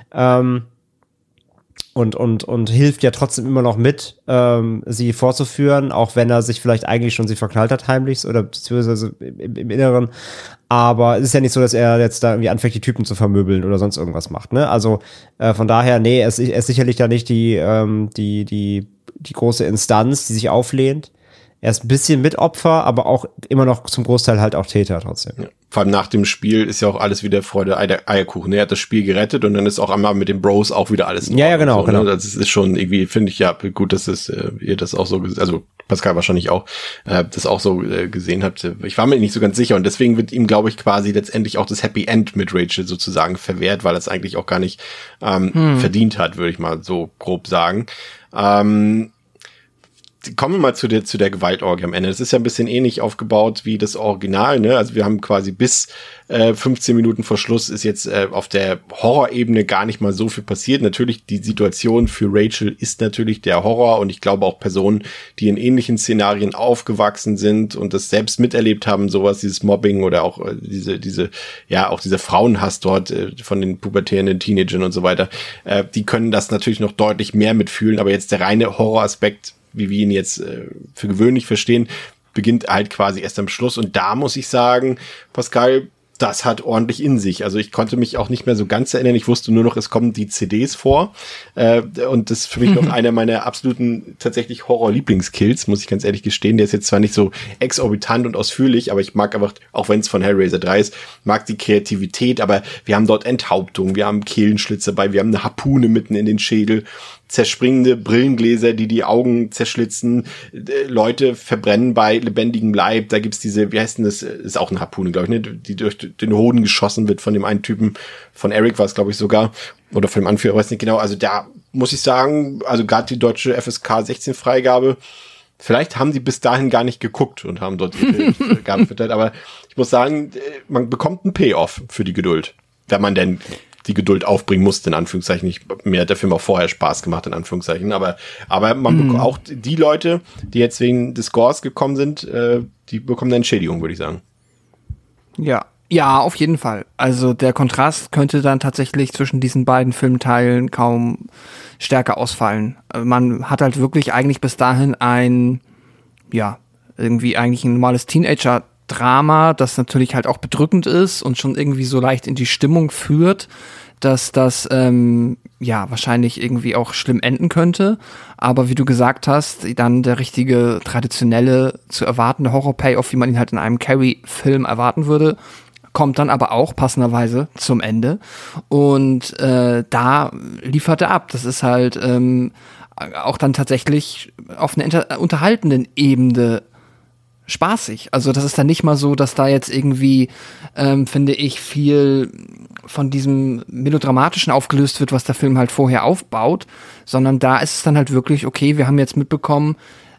S5: und hilft ja trotzdem immer noch mit, sie vorzuführen, auch wenn er sich vielleicht eigentlich schon sie verknallt hat heimlich oder beziehungsweise im Inneren. Aber es ist ja nicht so, dass er jetzt da irgendwie anfängt, die Typen zu vermöbeln oder sonst irgendwas macht, ne? Also von daher, nee, er ist sicherlich da nicht die große Instanz, die sich auflehnt. Er ist ein bisschen Mitopfer, aber auch immer noch zum Großteil halt auch Täter trotzdem.
S3: Ja. Vor allem nach dem Spiel ist ja auch alles wieder Freude, Eierkuchen. Er hat das Spiel gerettet und dann ist auch einmal mit den Bros auch wieder alles in Ordnung.
S5: Ja, genau,
S3: so,
S5: genau.
S3: Ne? Das ist schon irgendwie, finde ich, ja, gut, dass ihr das auch so, also Pascal wahrscheinlich auch, das auch so gesehen habt. Ich war mir nicht so ganz sicher und deswegen wird ihm, glaube ich, quasi letztendlich auch das Happy End mit Rachel sozusagen verwehrt, weil er es eigentlich auch gar nicht verdient hat, würde ich mal so grob sagen. Kommen wir mal zu der Gewaltorgie am Ende. Das ist ja ein bisschen ähnlich aufgebaut wie das Original, ne? Also wir haben quasi bis 15 Minuten vor Schluss ist jetzt auf der Horrorebene gar nicht mal so viel passiert. Natürlich, die Situation für Rachel ist natürlich der Horror und ich glaube auch Personen, die in ähnlichen Szenarien aufgewachsen sind und das selbst miterlebt haben, sowas, dieses Mobbing oder auch auch dieser Frauenhass dort von den pubertierenden Teenagern und so weiter, die können das natürlich noch deutlich mehr mitfühlen, aber jetzt der reine Horroraspekt, wie wir ihn jetzt für gewöhnlich verstehen, beginnt halt quasi erst am Schluss. Und da muss ich sagen, Pascal, das hat ordentlich in sich. Also ich konnte mich auch nicht mehr so ganz erinnern. Ich wusste nur noch, es kommen die CDs vor. Und das ist für mich noch einer meiner absoluten tatsächlich Horror-Lieblingskills, muss ich ganz ehrlich gestehen. Der ist jetzt zwar nicht so exorbitant und ausführlich, aber ich mag einfach, auch wenn es von Hellraiser 3 ist, mag die Kreativität. Aber wir haben dort Enthauptung, wir haben Kehlenschlitz dabei, wir haben eine Harpune mitten in den Schädel, zerspringende Brillengläser, die die Augen zerschlitzen, Leute verbrennen bei lebendigem Leib, da gibt's diese, wie heißt denn das, ist auch eine Harpune, glaube ich, ne, die durch den Hoden geschossen wird von dem einen Typen, von Eric war es, glaube ich, sogar, oder von dem Anführer, weiß nicht genau, also da muss ich sagen, also gerade die deutsche FSK 16 Freigabe, vielleicht haben die bis dahin gar nicht geguckt und haben dort ihre Gaben verteilt, aber ich muss sagen, man bekommt einen Payoff für die Geduld, wenn man denn die Geduld aufbringen musste, in Anführungszeichen. Mir hat der Film auch vorher Spaß gemacht, in Anführungszeichen. Aber man auch die Leute, die jetzt wegen des Scores gekommen sind, die bekommen eine Entschädigung, würde ich sagen.
S4: Ja, auf jeden Fall. Also der Kontrast könnte dann tatsächlich zwischen diesen beiden Filmteilen kaum stärker ausfallen. Man hat halt wirklich eigentlich bis dahin irgendwie eigentlich ein normales Teenager-Drama, das natürlich halt auch bedrückend ist und schon irgendwie so leicht in die Stimmung führt, dass das wahrscheinlich irgendwie auch schlimm enden könnte. Aber wie du gesagt hast, dann der richtige, traditionelle, zu erwartende Horror-Payoff, wie man ihn halt in einem Carrie-Film erwarten würde, kommt dann aber auch passenderweise zum Ende. Und da liefert er ab. Das ist halt auch dann tatsächlich auf einer unterhaltenden Ebene spaßig. Also das ist dann nicht mal so, dass da jetzt irgendwie, finde ich, viel von diesem Melodramatischen aufgelöst wird, was der Film halt vorher aufbaut, sondern da ist es dann halt wirklich, okay, wir haben jetzt mitbekommen,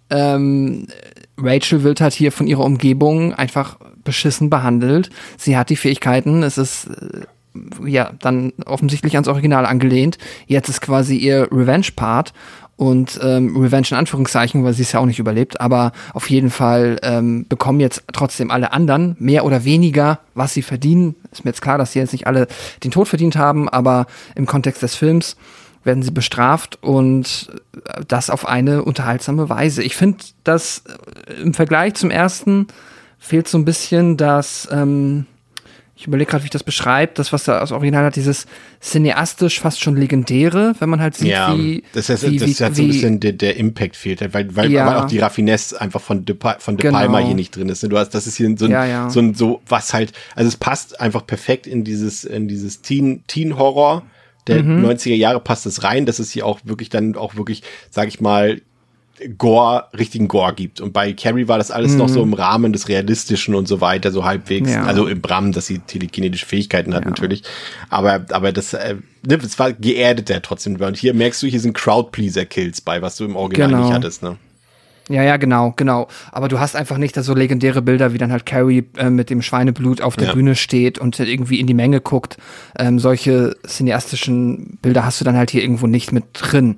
S4: Rachel wird halt hier von ihrer Umgebung einfach beschissen behandelt. Sie hat die Fähigkeiten, es ist dann offensichtlich ans Original angelehnt. Jetzt ist quasi ihr Revenge-Part und Revenge in Anführungszeichen, weil sie es ja auch nicht überlebt, aber auf jeden Fall bekommen jetzt trotzdem alle anderen mehr oder weniger, was sie verdienen. Ist mir jetzt klar, dass sie jetzt nicht alle den Tod verdient haben, aber im Kontext des Films werden sie bestraft und das auf eine unterhaltsame Weise. Ich finde, dass im Vergleich zum ersten fehlt so ein bisschen das, ich überlege gerade, wie ich das beschreibe, das, was da aus Original hat, dieses cineastisch fast schon legendäre, wenn man halt sieht, wie
S3: das heißt, so ein bisschen der Impact fehlt, weil auch die Raffinesse einfach von De Palma hier nicht drin ist. Du hast, das ist hier so was halt, also es passt einfach perfekt in dieses Teen-Horror der 90er Jahre passt es rein, dass es hier auch wirklich, sag ich mal, richtigen Gore gibt. Und bei Carrie war das alles noch so im Rahmen des Realistischen und so weiter, so halbwegs, also im Rahmen, dass sie telekinetische Fähigkeiten hat natürlich. Aber das war geerdeter trotzdem. Und hier merkst du, hier sind Crowd-Pleaser-Kills bei, was du im Original nicht hattest, ne?
S4: Ja, genau. Aber du hast einfach nicht so legendäre Bilder, wie dann halt Carrie mit dem Schweineblut auf der Bühne steht und irgendwie in die Menge guckt. Solche cineastischen Bilder hast du dann halt hier irgendwo nicht mit drin.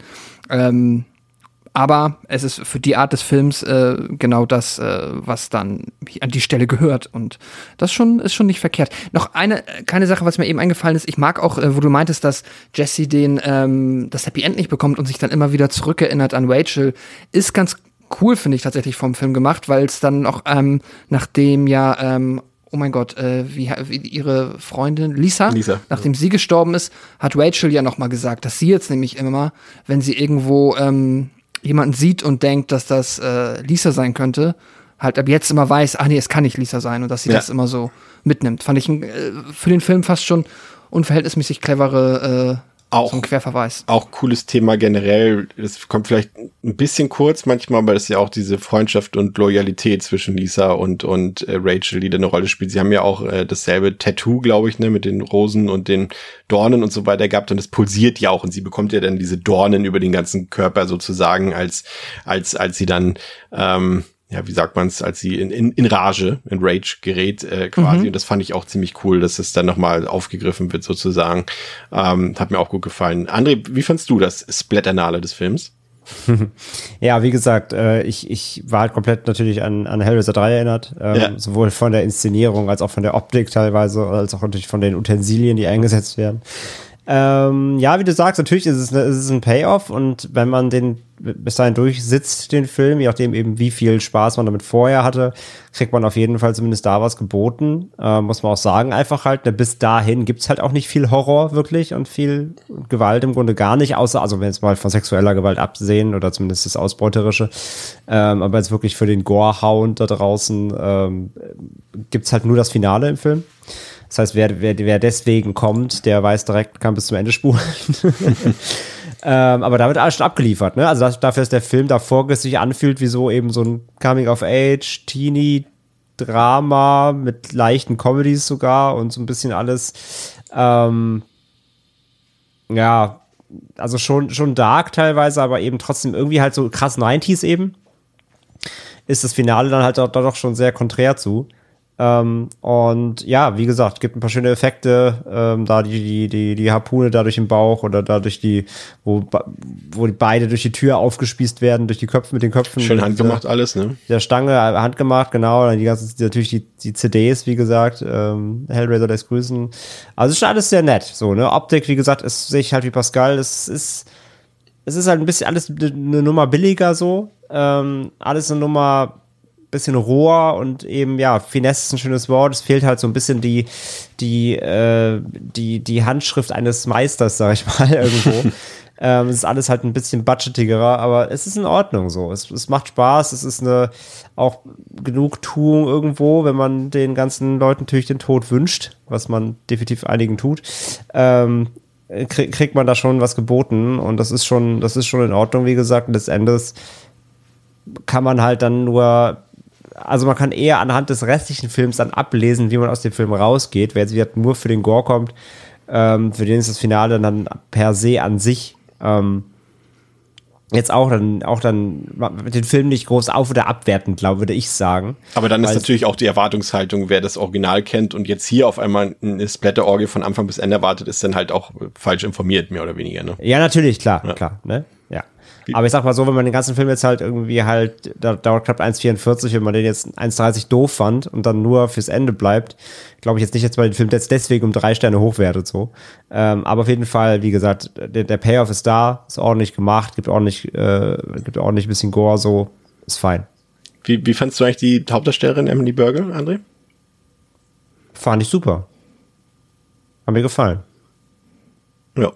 S4: Aber es ist für die Art des Films genau das, was dann an die Stelle gehört. Und das ist schon nicht verkehrt. Noch eine kleine Sache, was mir eben eingefallen ist. Ich mag auch, wo du meintest, dass Jesse das Happy End nicht bekommt und sich dann immer wieder zurückerinnert an Rachel. Ist ganz cool, finde ich tatsächlich vom Film gemacht, weil es dann auch nachdem oh mein Gott, wie ihre Freundin Lisa, nachdem sie gestorben ist, hat Rachel ja noch mal gesagt, dass sie jetzt nämlich immer, wenn sie irgendwo jemanden sieht und denkt, dass das Lisa sein könnte, halt ab jetzt immer weiß, ach nee, es kann nicht Lisa sein und dass sie das immer so mitnimmt. Fand ich für den Film fast schon unverhältnismäßig clevere so ein Querverweis.
S3: Auch cooles Thema generell. Das kommt vielleicht ein bisschen kurz manchmal, aber das ist ja auch diese Freundschaft und Loyalität zwischen Lisa und Rachel, die da eine Rolle spielt. Sie haben ja auch dasselbe Tattoo, glaube ich, ne, mit den Rosen und den Dornen und so weiter gehabt und das pulsiert ja auch und sie bekommt ja dann diese Dornen über den ganzen Körper sozusagen, als sie dann wie sagt man's, als sie in Rage, in Rage gerät quasi. Und das fand ich auch ziemlich cool, dass es dann nochmal aufgegriffen wird sozusagen. Hat mir auch gut gefallen. André, wie fandst du das Splatternale des Films?
S5: Ja, wie gesagt, ich war halt komplett natürlich an Hellraiser 3 erinnert. Sowohl von der Inszenierung als auch von der Optik teilweise, als auch natürlich von den Utensilien, die eingesetzt werden. Wie du sagst, natürlich ist es ein Payoff und wenn man den bis dahin durchsitzt, den Film, je nachdem eben wie viel Spaß man damit vorher hatte, kriegt man auf jeden Fall zumindest da was geboten, muss man auch sagen, einfach halt, bis dahin gibt's halt auch nicht viel Horror wirklich und viel Gewalt im Grunde gar nicht, außer, also wenn jetzt mal von sexueller Gewalt absehen oder zumindest das Ausbeuterische, aber jetzt wirklich für den Gore-Hound da draußen gibt's halt nur das Finale im Film. Das heißt, wer deswegen kommt, der weiß direkt, kann bis zum Ende spulen. Aber damit alles schon abgeliefert, ne? Also dafür ist der Film davor sich anfühlt wie so eben so ein Coming-of-Age, Teenie-Drama mit leichten Comedies sogar und so ein bisschen alles, also schon dark teilweise, aber eben trotzdem irgendwie halt so krass 90s eben. Ist das Finale dann halt doch schon sehr konträr zu. Und ja, wie gesagt, gibt ein paar schöne Effekte, da die Harpune da durch den Bauch oder da durch wo die beide durch die Tür aufgespießt werden, durch die Köpfe mit den Köpfen.
S3: Schön handgemacht alles, ne?
S5: Der Stange, handgemacht, genau, dann natürlich die CDs, wie gesagt, Hellraiser lässt grüßen. Also ist schon alles sehr nett, so, ne? Optik, wie gesagt, sehe ich halt wie Pascal, es ist halt ein bisschen alles eine Nummer billiger so, alles eine Nummer bisschen roher und eben, Finesse ist ein schönes Wort. Es fehlt halt so ein bisschen die Handschrift eines Meisters, sag ich mal, irgendwo. Es ist alles halt ein bisschen budgetigerer, aber es ist in Ordnung so. Es macht Spaß, es ist auch Genugtuung irgendwo, wenn man den ganzen Leuten natürlich den Tod wünscht, was man definitiv einigen tut. Kriegt man da schon was geboten und das ist schon in Ordnung, wie gesagt. Und des Endes kann man halt dann also man kann eher anhand des restlichen Films dann ablesen, wie man aus dem Film rausgeht. Wer jetzt wieder nur für den Gore kommt, für den ist das Finale dann per se an sich jetzt auch dann den Film nicht groß auf- oder abwertend, würde ich sagen.
S3: Aber dann ist natürlich auch die Erwartungshaltung, wer das Original kennt und jetzt hier auf einmal eine Splatter-Orgie von Anfang bis Ende erwartet, ist dann halt auch falsch informiert, mehr oder weniger, ne?
S5: Ja, natürlich, klar, ne? Ja. Aber ich sag mal so, wenn man den ganzen Film jetzt halt irgendwie da dauert knapp 1,44, wenn man den jetzt 1,30 doof fand und dann nur fürs Ende bleibt, glaube ich jetzt nicht, jetzt weil den Film jetzt deswegen um 3 Sterne hochwertet, so. Aber auf jeden Fall, wie gesagt, der Payoff ist da, ist ordentlich gemacht, gibt ordentlich ein bisschen Gore, so, ist fein.
S3: Wie fandst du eigentlich die Hauptdarstellerin Emily Berger, André?
S5: Fand ich super. Hat mir gefallen.
S3: Ja.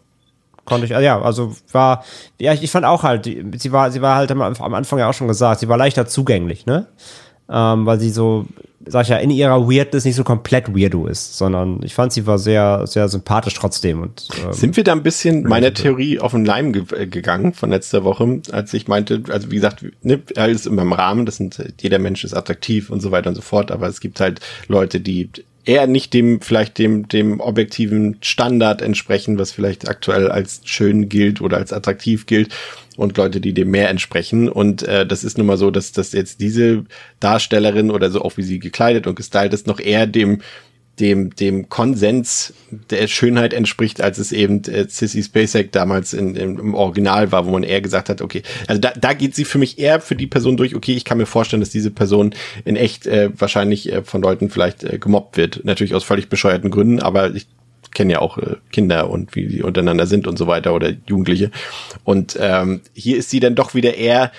S5: Ich fand auch halt, sie war halt am Anfang ja auch schon gesagt, sie war leichter zugänglich, ne? Weil sie so, sag ich ja, in ihrer Weirdness nicht so komplett weirdo ist, sondern ich fand, sie war sehr, sehr sympathisch trotzdem. Und
S3: sind wir da ein bisschen meiner Theorie auf den Leim gegangen von letzter Woche, als ich meinte, also wie gesagt, ne, alles immer im Rahmen, jeder Mensch ist attraktiv und so weiter und so fort, aber es gibt halt Leute, die eher nicht dem objektiven Standard entsprechen, was vielleicht aktuell als schön gilt oder als attraktiv gilt, und Leute, die dem mehr entsprechen. Und das ist nun mal so, dass jetzt diese Darstellerin oder so, auch wie sie gekleidet und gestylt ist, noch eher dem Konsens der Schönheit entspricht, als es eben Sissy Spacek damals im Original war, wo man eher gesagt hat, okay, also da geht sie für mich eher für die Person durch, okay, ich kann mir vorstellen, dass diese Person in echt wahrscheinlich von Leuten vielleicht gemobbt wird. Natürlich aus völlig bescheuerten Gründen, aber ich kenne ja auch Kinder und wie die untereinander sind und so weiter oder Jugendliche. Und hier ist sie dann doch wieder eher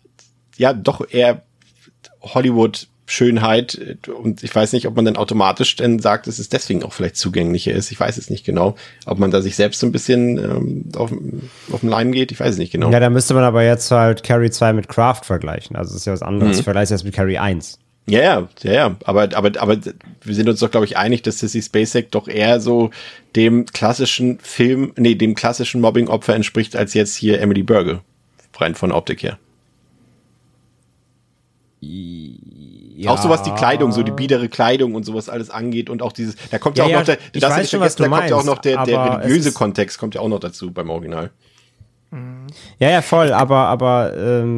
S3: Hollywood Schönheit, und ich weiß nicht, ob man dann automatisch dann sagt, dass es deswegen auch vielleicht zugänglicher ist. Ich weiß es nicht genau. Ob man da sich selbst so ein bisschen auf den Leim geht, ich weiß es nicht genau.
S5: Ja, da müsste man aber jetzt halt Carrie 2 mit Craft vergleichen. Also das ist ja was anderes. Vergleich jetzt mit Carrie 1.
S3: Ja. Aber wir sind uns doch, glaube ich, einig, dass Sissy Spacek doch eher so dem klassischen Mobbing-Opfer entspricht, als jetzt hier Emily Berger. Rein von Optik her. Ja. Auch so was die Kleidung, so die biedere Kleidung und sowas alles angeht, und auch dieses, da kommt ja auch noch der religiöse Kontext kommt ja auch noch dazu beim Original.
S5: Ja, voll, aber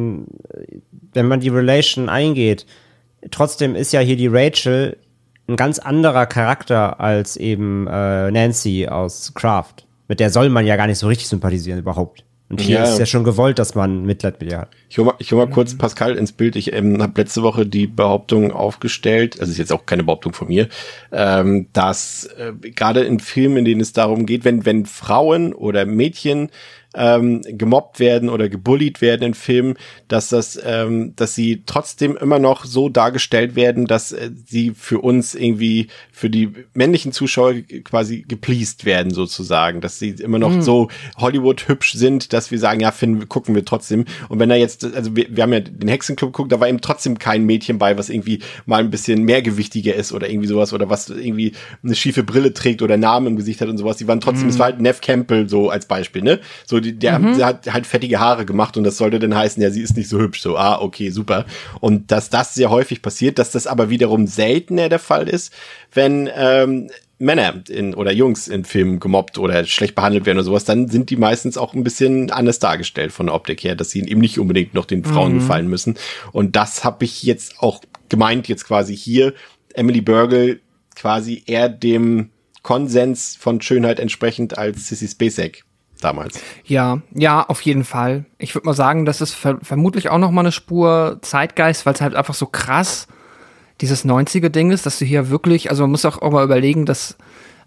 S5: wenn man die Relation eingeht, trotzdem ist ja hier die Rachel ein ganz anderer Charakter als eben Nancy aus Craft. Mit der soll man ja gar nicht so richtig sympathisieren überhaupt. Und hier ist ja schon gewollt, dass man Mitleid mit ihr hat.
S3: Ich hol mal kurz Pascal ins Bild. Ich habe letzte Woche die Behauptung aufgestellt, also ist jetzt auch keine Behauptung von mir, dass gerade in Filmen, in denen es darum geht, wenn Frauen oder Mädchen gemobbt werden oder gebullied werden in Filmen, dass sie trotzdem immer noch so dargestellt werden, dass sie für uns irgendwie, für die männlichen Zuschauer quasi gepleased werden sozusagen, dass sie immer noch so Hollywood hübsch sind, dass wir sagen, ja, gucken wir trotzdem. Und wenn er jetzt, also wir haben ja den Hexenclub geguckt, da war eben trotzdem kein Mädchen bei, was irgendwie mal ein bisschen mehrgewichtiger ist oder irgendwie sowas, oder was irgendwie eine schiefe Brille trägt oder Namen im Gesicht hat und sowas. Die waren trotzdem, es war halt Neve Campbell so als Beispiel, ne? So der hat halt fettige Haare gemacht, und das sollte dann heißen, ja, sie ist nicht so hübsch. So, okay, super. Und dass das sehr häufig passiert, dass das aber wiederum seltener der Fall ist, wenn Männer oder Jungs in Filmen gemobbt oder schlecht behandelt werden oder sowas, dann sind die meistens auch ein bisschen anders dargestellt von der Optik her, dass sie eben nicht unbedingt noch den Frauen gefallen müssen. Und das habe ich jetzt auch gemeint, jetzt quasi hier, Emily Berger quasi eher dem Konsens von Schönheit entsprechend als Sissy Spacek damals.
S4: Ja, auf jeden Fall. Ich würde mal sagen, das ist vermutlich auch noch mal eine Spur Zeitgeist, weil es halt einfach so krass dieses 90er-Ding ist, dass du hier wirklich, also man muss auch mal überlegen, dass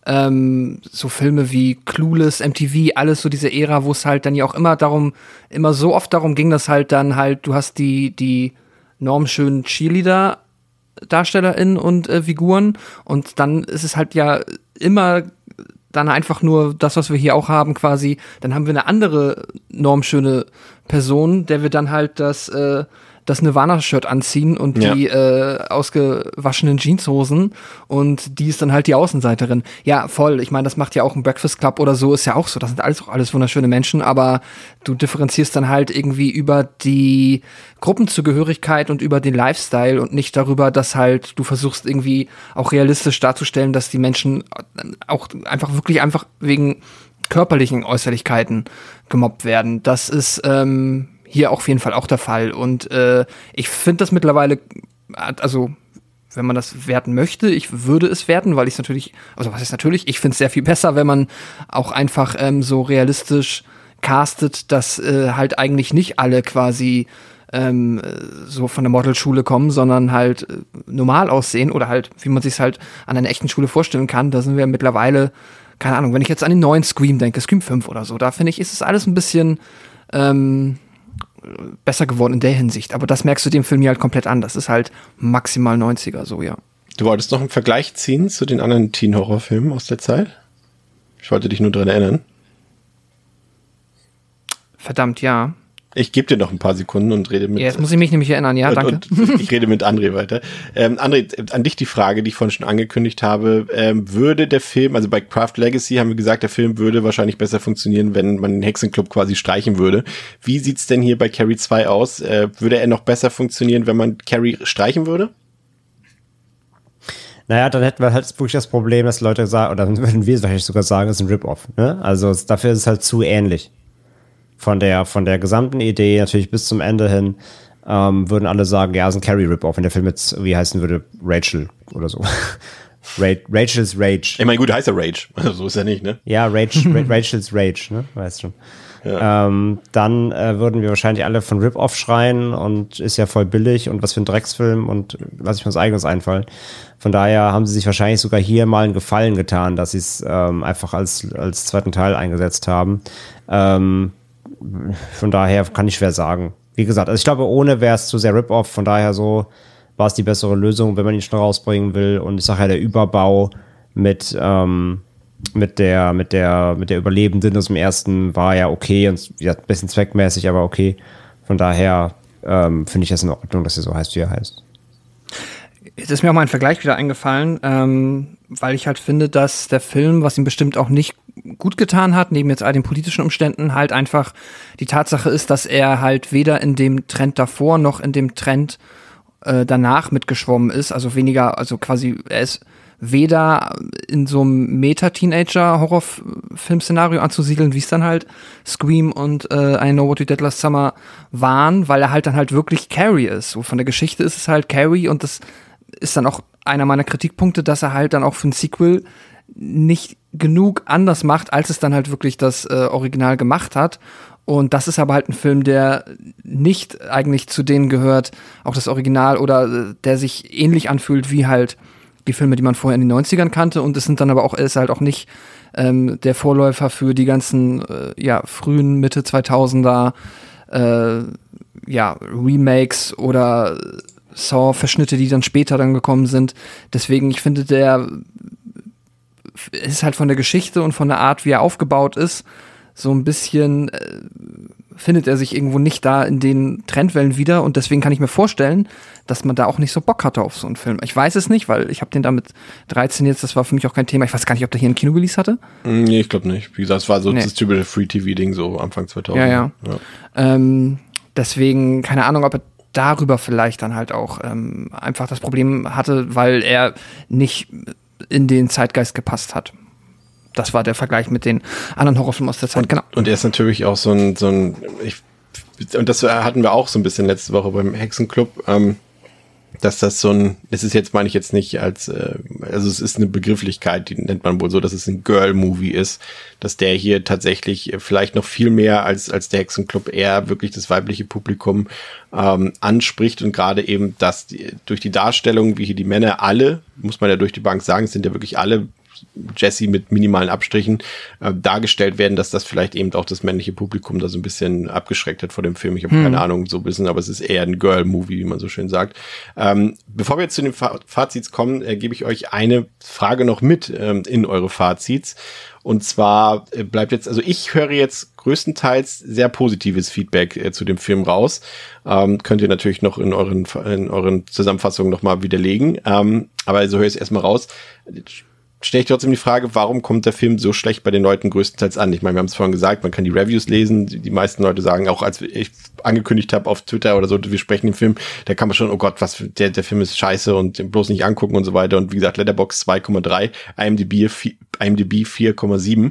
S4: so Filme wie Clueless, MTV, alles so diese Ära, wo es halt dann ja auch immer so oft darum ging, dass halt dann halt, du hast die normschönen Cheerleader-DarstellerInnen und Figuren, und dann ist es halt ja immer dann einfach nur das, was wir hier auch haben quasi, dann haben wir eine andere normschöne Person, der wir dann halt das Nirvana-Shirt anziehen und die ausgewaschenen Jeanshosen, und die ist dann halt die Außenseiterin. Ja, voll. Ich meine, das macht ja auch ein Breakfast Club oder so, ist ja auch so. Das sind alles wunderschöne Menschen, aber du differenzierst dann halt irgendwie über die Gruppenzugehörigkeit und über den Lifestyle und nicht darüber, dass halt du versuchst irgendwie auch realistisch darzustellen, dass die Menschen auch einfach wegen körperlichen Äußerlichkeiten gemobbt werden. Das ist hier auf jeden Fall auch der Fall. Und ich finde das mittlerweile, also wenn man das werten möchte, ich würde es werten, weil ich es natürlich, also was ist natürlich, ich finde es sehr viel besser, wenn man auch einfach so realistisch castet, dass halt eigentlich nicht alle quasi so von der Modelschule kommen, sondern halt normal aussehen oder halt, wie man sich halt an einer echten Schule vorstellen kann. Da sind wir mittlerweile, keine Ahnung, wenn ich jetzt an den neuen Scream denke, Scream 5 oder so, da finde ich, ist es alles ein bisschen besser geworden in der Hinsicht. Aber das merkst du dem Film hier halt komplett an. Das ist halt maximal 90er, so, ja.
S3: Du wolltest noch einen Vergleich ziehen zu den anderen Teen-Horror-Filmen aus der Zeit? Ich wollte dich nur daran erinnern.
S4: Verdammt, ja.
S3: Ich gebe dir noch ein paar Sekunden und rede mit...
S4: Ja, jetzt muss ich mich nämlich erinnern, ja, danke.
S3: Und ich rede mit André weiter. André, an dich die Frage, die ich vorhin schon angekündigt habe. Würde der Film, also bei Craft Legacy haben wir gesagt, der Film würde wahrscheinlich besser funktionieren, wenn man den Hexenclub quasi streichen würde. Wie sieht's denn hier bei Carrie 2 aus? Würde er noch besser funktionieren, wenn man Carrie streichen würde?
S5: Naja, dann hätten wir halt wirklich das Problem, dass Leute sagen, oder dann würden wir es wahrscheinlich sogar sagen, es ist ein Rip-Off. Ne? Also dafür ist es halt zu ähnlich. Von der gesamten Idee, natürlich bis zum Ende hin, würden alle sagen, ja, es ist ein Carrie-Rip-Off, wenn der Film jetzt, wie heißen würde, Rachel oder so. Rachel's Rage.
S3: Ich meine, gut, heißt ja Rage. Also so ist er nicht, ne?
S5: Ja, Rachel's Rage, ne? Weißt schon. Ja. Dann würden wir wahrscheinlich alle von Rip-Off schreien und ist ja voll billig und was für ein Drecksfilm und lass ich mir was Eigenes einfallen. Von daher haben sie sich wahrscheinlich sogar hier mal einen Gefallen getan, dass sie es einfach als zweiten Teil eingesetzt haben. Von daher kann ich schwer sagen. Wie gesagt, also ich glaube, ohne wäre es zu sehr Rip-Off, von daher so war es die bessere Lösung, wenn man ihn schon rausbringen will. Und ich sage ja, der Überbau mit der Überlebenden aus dem ersten war ja okay und ja, ein bisschen zweckmäßig, aber okay. Von daher finde ich das in Ordnung, dass er so heißt, wie er heißt.
S4: Jetzt ist mir auch mal ein Vergleich wieder eingefallen, weil ich halt finde, dass der Film, was ihm bestimmt auch nicht gut getan hat, neben jetzt all den politischen Umständen, halt einfach die Tatsache ist, dass er halt weder in dem Trend davor noch in dem Trend danach mitgeschwommen ist. Also weniger, also quasi, er ist weder in so einem Meta-Teenager-Horrorfilm-Szenario anzusiedeln, wie es dann halt Scream und I Know What You Did Last Summer waren, weil er halt dann halt wirklich Carrie ist. So von der Geschichte ist es halt Carrie und das ist dann auch einer meiner Kritikpunkte, dass er halt dann auch für ein Sequel nicht genug anders macht, als es dann halt wirklich das Original gemacht hat. Und das ist aber halt ein Film, der nicht eigentlich zu denen gehört, auch das Original, oder der sich ähnlich anfühlt wie halt die Filme, die man vorher in den 90ern kannte. Und es sind dann aber auch, er ist halt auch nicht der Vorläufer für die ganzen frühen Mitte 2000er Remakes oder Saw-Verschnitte, die dann später dann gekommen sind. Deswegen, ich finde, der ist halt von der Geschichte und von der Art, wie er aufgebaut ist, so ein bisschen findet er sich irgendwo nicht da in den Trendwellen wieder und deswegen kann ich mir vorstellen, dass man da auch nicht so Bock hatte auf so einen Film. Ich weiß es nicht, weil ich habe den da mit 13 jetzt, das war für mich auch kein Thema. Ich weiß gar nicht, ob der hier ein Kino-Release hatte. Nee,
S3: ich glaube nicht. Wie gesagt, es war so das typische Free-TV-Ding, so Anfang 2000.
S4: Ja. Deswegen, keine Ahnung, ob er darüber vielleicht dann halt auch einfach das Problem hatte, weil er nicht in den Zeitgeist gepasst hat. Das war der Vergleich mit den anderen Horrorfilmen aus der Zeit, genau.
S3: Und er ist natürlich auch so ein und das hatten wir auch so ein bisschen letzte Woche beim Hexenclub, dass das das ist jetzt, meine ich jetzt nicht als, also es ist eine Begrifflichkeit, die nennt man wohl so, dass es ein Girl-Movie ist, dass der hier tatsächlich vielleicht noch viel mehr als der Hexenclub eher wirklich das weibliche Publikum anspricht und gerade eben, dass durch die Darstellung, wie hier die Männer alle, muss man ja durch die Bank sagen, es sind ja wirklich alle Jesse mit minimalen Abstrichen dargestellt werden, dass das vielleicht eben auch das männliche Publikum da so ein bisschen abgeschreckt hat vor dem Film. Ich habe keine Ahnung, so ein bisschen, aber es ist eher ein Girl-Movie, wie man so schön sagt. Bevor wir jetzt zu den Fazits kommen, gebe ich euch eine Frage noch mit in eure Fazits. Und zwar bleibt jetzt, also ich höre jetzt größtenteils sehr positives Feedback zu dem Film raus. Könnt ihr natürlich noch in euren Zusammenfassungen nochmal widerlegen. Aber so höre ich es erstmal raus. Stelle ich trotzdem die Frage, warum kommt der Film so schlecht bei den Leuten größtenteils an? Ich meine, wir haben es vorhin gesagt, man kann die Reviews lesen. Die meisten Leute sagen, auch als ich angekündigt habe auf Twitter oder so, wir sprechen den Film, da kann man schon, oh Gott, der Film ist scheiße und bloß nicht angucken und so weiter. Und wie gesagt, Letterboxd 2,3, IMDb 4,7.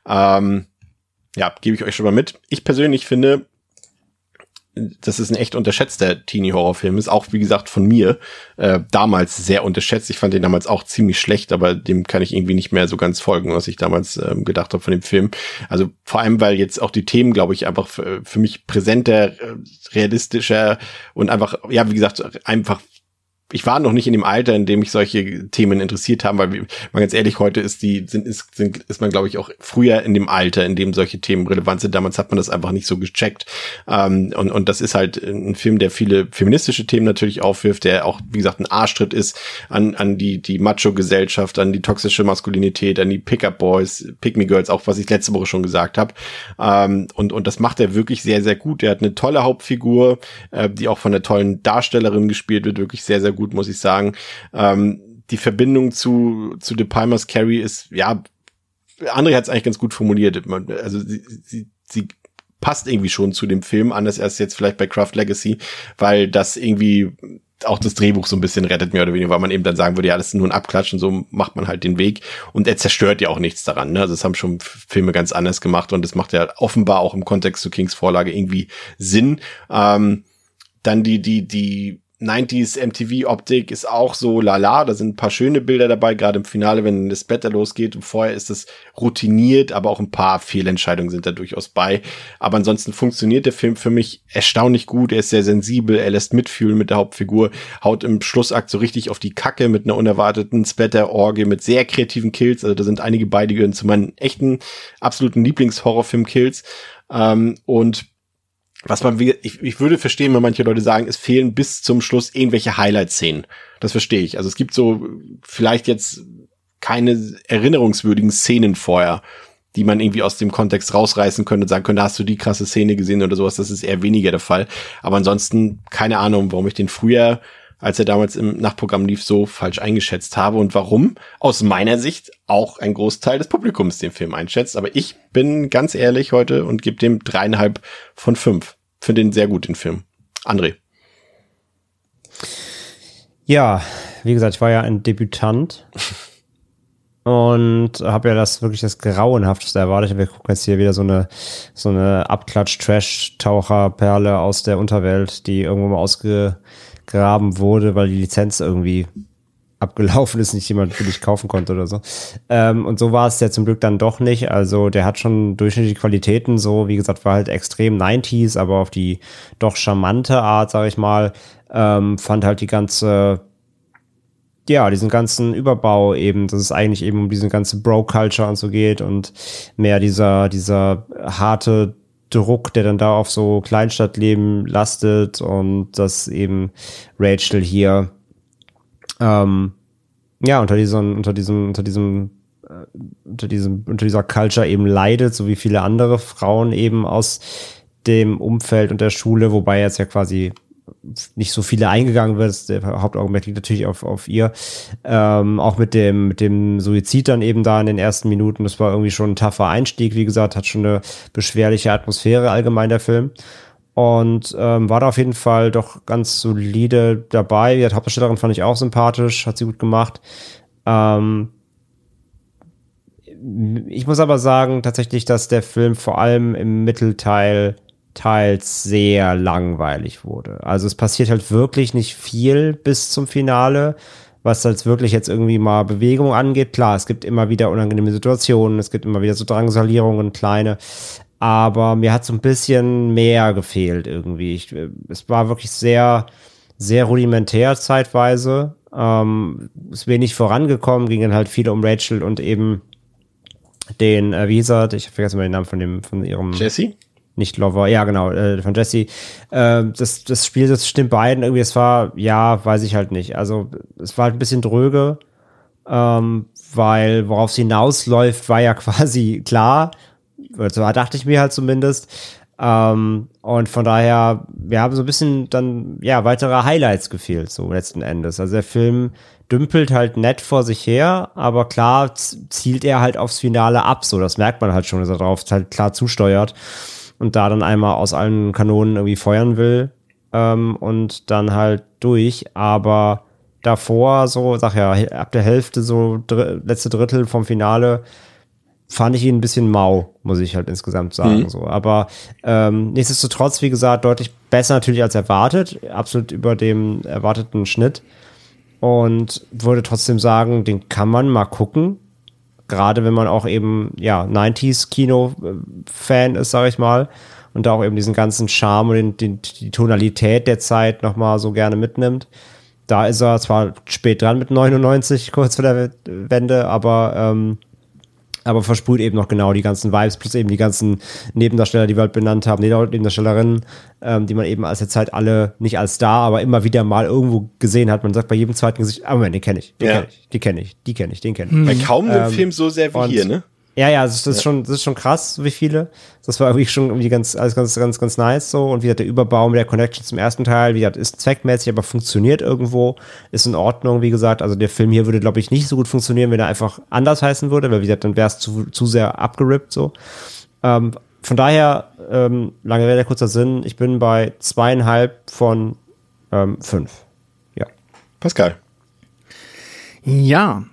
S3: Gebe ich euch schon mal mit. Ich persönlich finde, dass es ein echt unterschätzter Teenie-Horrorfilm ist, auch wie gesagt von mir damals sehr unterschätzt. Ich fand den damals auch ziemlich schlecht, aber dem kann ich irgendwie nicht mehr so ganz folgen, was ich damals gedacht habe von dem Film. Also vor allem, weil jetzt auch die Themen, glaube ich, einfach für mich präsenter, realistischer und einfach, ja, wie gesagt, einfach ich war noch nicht in dem Alter, in dem mich solche Themen interessiert haben, weil, mal ganz ehrlich, heute ist man, glaube ich, auch früher in dem Alter, in dem solche Themen relevant sind. Damals hat man das einfach nicht so gecheckt. Und das ist halt ein Film, der viele feministische Themen natürlich aufwirft, der auch, wie gesagt, ein Arschtritt ist an die Macho-Gesellschaft, an die toxische Maskulinität, an die Pick-up-Boys, Pick-me-Girls, auch was ich letzte Woche schon gesagt habe. Und das macht er wirklich sehr, sehr gut. Er hat eine tolle Hauptfigur, die auch von einer tollen Darstellerin gespielt wird, wirklich sehr, sehr gut, muss ich sagen. Die Verbindung zu De Palmas Carrie ist, ja, André hat es eigentlich ganz gut formuliert. Also sie passt irgendwie schon zu dem Film, anders als jetzt vielleicht bei Craft Legacy, weil das irgendwie auch das Drehbuch so ein bisschen rettet, mehr oder weniger, weil man eben dann sagen würde, ja, das ist nur ein Abklatsch und so macht man halt den Weg. Und er zerstört ja auch nichts daran, ne? Also das haben schon Filme ganz anders gemacht und das macht ja offenbar auch im Kontext zu Kings Vorlage irgendwie Sinn. Dann die 90s MTV-Optik ist auch so lala, da sind ein paar schöne Bilder dabei, gerade im Finale, wenn das Splatter losgeht, und vorher ist es routiniert, aber auch ein paar Fehlentscheidungen sind da durchaus bei, aber ansonsten funktioniert der Film für mich erstaunlich gut, er ist sehr sensibel, er lässt mitfühlen mit der Hauptfigur, haut im Schlussakt so richtig auf die Kacke mit einer unerwarteten Splatter-Orgie, mit sehr kreativen Kills, also da sind einige bei, die gehören zu meinen echten, absoluten Lieblings-Horrorfilm-Kills, und was man, ich würde verstehen, wenn manche Leute sagen, es fehlen bis zum Schluss irgendwelche Highlight-Szenen. Das verstehe ich. Also es gibt so vielleicht jetzt keine erinnerungswürdigen Szenen vorher, die man irgendwie aus dem Kontext rausreißen könnte und sagen könnte, hast du die krasse Szene gesehen oder sowas. Das ist eher weniger der Fall. Aber ansonsten keine Ahnung, warum ich den früher, als er damals im Nachtprogramm lief, so falsch eingeschätzt habe und warum aus meiner Sicht auch ein Großteil des Publikums den Film einschätzt. Aber ich bin ganz ehrlich heute und gebe dem 3,5 von 5. Finde den sehr gut, den Film. André. Ja, wie gesagt, ich war ja ein Debütant und habe ja das Grauenhafteste erwartet. Wir gucken jetzt hier wieder so eine Abklatsch-Trash-Taucher-Perle aus der Unterwelt, die irgendwo mal ausgegraben wurde, weil die Lizenz irgendwie abgelaufen ist, nicht jemand billig kaufen konnte oder so. Und so war es ja zum Glück dann doch nicht. Also der hat schon durchschnittliche Qualitäten, so wie gesagt, war halt extrem 90s, aber auf die doch charmante Art, sag ich mal, fand halt diesen ganzen Überbau eben, dass es eigentlich eben um diese ganze Bro-Culture und so geht und mehr dieser harte Druck, der dann da auf so Kleinstadtleben lastet und dass eben Rachel hier unter dieser Culture eben leidet, so wie viele andere Frauen eben aus dem Umfeld und der Schule, wobei jetzt ja quasi nicht so viele eingegangen wird. Der Hauptaugenmerk liegt natürlich auf ihr. Auch mit dem Suizid dann eben da in den ersten Minuten. Das war irgendwie schon ein tougher Einstieg. Wie gesagt, hat schon eine beschwerliche Atmosphäre allgemein, der Film. Und war da auf jeden Fall doch ganz solide dabei. Die Hauptdarstellerin fand ich auch sympathisch, hat sie gut gemacht. Ich muss aber sagen, tatsächlich, dass der Film vor allem im Mittelteil teils sehr langweilig wurde. Also es passiert halt wirklich nicht viel bis zum Finale, was halt wirklich jetzt irgendwie mal Bewegung angeht. Klar, es gibt immer wieder unangenehme Situationen, es gibt immer wieder so Drangsalierungen, kleine. Aber mir hat so ein bisschen mehr gefehlt irgendwie. Es war wirklich sehr, sehr rudimentär zeitweise. Ist wenig vorangekommen, ging dann halt viel um Rachel und eben den, wie hieß er? Ich vergesse mal den Namen von ihrem... Jesse? Nicht Lover, ja genau, von Jesse. Das Spiel, das stimmt beiden irgendwie. Es war, ja, weiß ich halt nicht. Also es war halt ein bisschen dröge, weil worauf es hinausläuft, war ja quasi klar. So dachte ich mir halt zumindest. Und von daher, wir haben so ein bisschen dann, ja, weitere Highlights gefehlt, so letzten Endes. Also der Film dümpelt halt nett vor sich her, aber klar zielt er halt aufs Finale ab, so. Das merkt man halt schon, dass er darauf halt klar zusteuert und da dann einmal aus allen Kanonen irgendwie feuern will, und dann halt durch. Aber davor, so, ab der Hälfte, so letzte Drittel vom Finale, fand ich ihn ein bisschen mau, muss ich halt insgesamt sagen. So. Aber nichtsdestotrotz, wie gesagt, deutlich besser natürlich als erwartet. Absolut über dem erwarteten Schnitt. Und würde trotzdem sagen, den kann man mal gucken. Gerade wenn man auch eben, ja, 90s-Kino-Fan ist, sag ich mal. Und da auch eben diesen ganzen Charme und die Tonalität der Zeit nochmal so gerne mitnimmt. Da ist er zwar spät dran mit 99, kurz vor der Wende, aber versprüht eben noch genau die ganzen Vibes, plus eben die ganzen Nebendarsteller, die wir halt benannt haben, Nebendarstellerinnen, die man eben aus der Zeit alle nicht als Star, aber immer wieder mal irgendwo gesehen hat. Man sagt bei jedem zweiten Gesicht, Moment, den kenne ich, den kenne ich. Bei kaum einem Film so sehr wie hier, ne?
S5: Ja, das ist schon krass, wie viele. Das war irgendwie schon irgendwie ganz nice so. Und wie gesagt, der Überbau mit der Connection zum ersten Teil, wie gesagt, ist zweckmäßig, aber funktioniert irgendwo, ist in Ordnung, wie gesagt. Also der Film hier würde, glaube ich, nicht so gut funktionieren, wenn er einfach anders heißen würde, weil wie gesagt, dann wäre es zu sehr abgerippt so. Von daher, lange Rede, kurzer Sinn, ich bin bei 2,5 von 5.
S3: Pascal.
S4: Ja,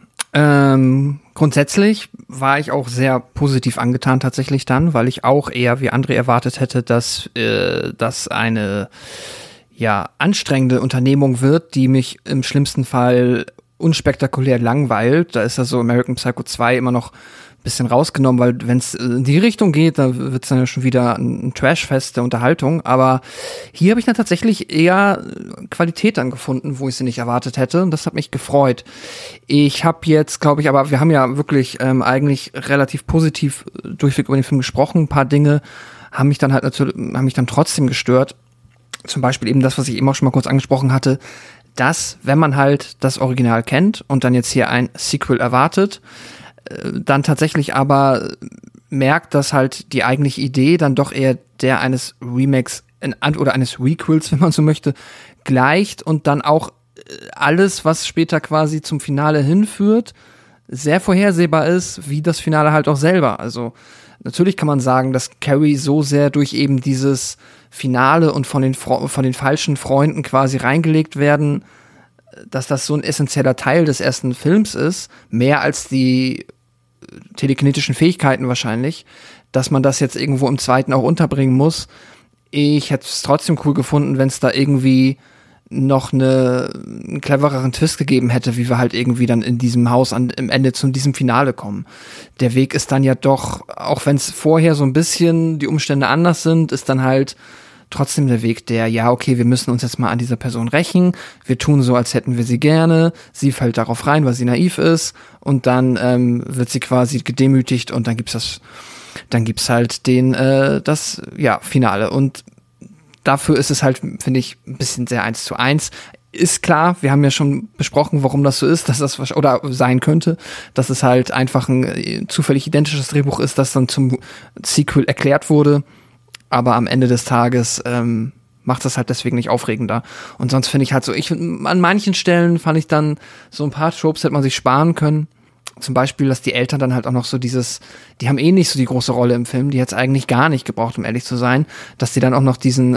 S4: grundsätzlich war ich auch sehr positiv angetan tatsächlich dann, weil ich auch eher wie André erwartet hätte, dass das eine anstrengende Unternehmung wird, die mich im schlimmsten Fall unspektakulär langweilt. Da ist ja so American Psycho 2 immer noch ein bisschen rausgenommen, weil wenn es in die Richtung geht, dann wird es dann ja schon wieder ein Trashfest der Unterhaltung. Aber hier habe ich dann tatsächlich eher Qualität dann gefunden, wo ich sie nicht erwartet hätte. Und das hat mich gefreut. Ich habe jetzt, glaube ich, aber wir haben ja wirklich eigentlich relativ positiv durchweg über den Film gesprochen. Ein paar Dinge haben mich dann trotzdem gestört. Zum Beispiel eben das, was ich eben auch schon mal kurz angesprochen hatte, dass, wenn man halt das Original kennt und dann jetzt hier ein Sequel erwartet, dann tatsächlich aber merkt, dass halt die eigentliche Idee dann doch eher der eines Remakes oder eines Requels, wenn man so möchte, gleicht und dann auch alles, was später quasi zum Finale hinführt, sehr vorhersehbar ist, wie das Finale halt auch selber. Also natürlich kann man sagen, dass Carrie so sehr durch eben dieses Finale und von den falschen Freunden quasi reingelegt werden, dass das so ein essentieller Teil des ersten Films ist, mehr als die telekinetischen Fähigkeiten wahrscheinlich, dass man das jetzt irgendwo im zweiten auch unterbringen muss. Ich hätte es trotzdem cool gefunden, wenn es da irgendwie noch einen clevereren Twist gegeben hätte, wie wir halt irgendwie dann in diesem Haus im Ende zu diesem Finale kommen. Der Weg ist dann ja doch, auch wenn es vorher so ein bisschen die Umstände anders sind, ist dann halt trotzdem der Weg wir müssen uns jetzt mal an dieser Person rächen, wir tun so, als hätten wir sie gerne, sie fällt darauf rein, weil sie naiv ist und dann wird sie quasi gedemütigt und dann gibt's halt das Finale und dafür ist es halt, finde ich, ein bisschen sehr 1:1. Ist klar, wir haben ja schon besprochen, warum das so ist, dass das oder sein könnte, dass es halt einfach ein zufällig identisches Drehbuch ist, das dann zum Sequel erklärt wurde. Aber am Ende des Tages macht das halt deswegen nicht aufregender. Und sonst finde ich halt so, an manchen Stellen fand ich dann so ein paar Tropes hätte man sich sparen können. Zum Beispiel, dass die Eltern dann halt auch noch so die haben nicht so die große Rolle im Film, die hätte es eigentlich gar nicht gebraucht, um ehrlich zu sein, dass die dann auch noch diesen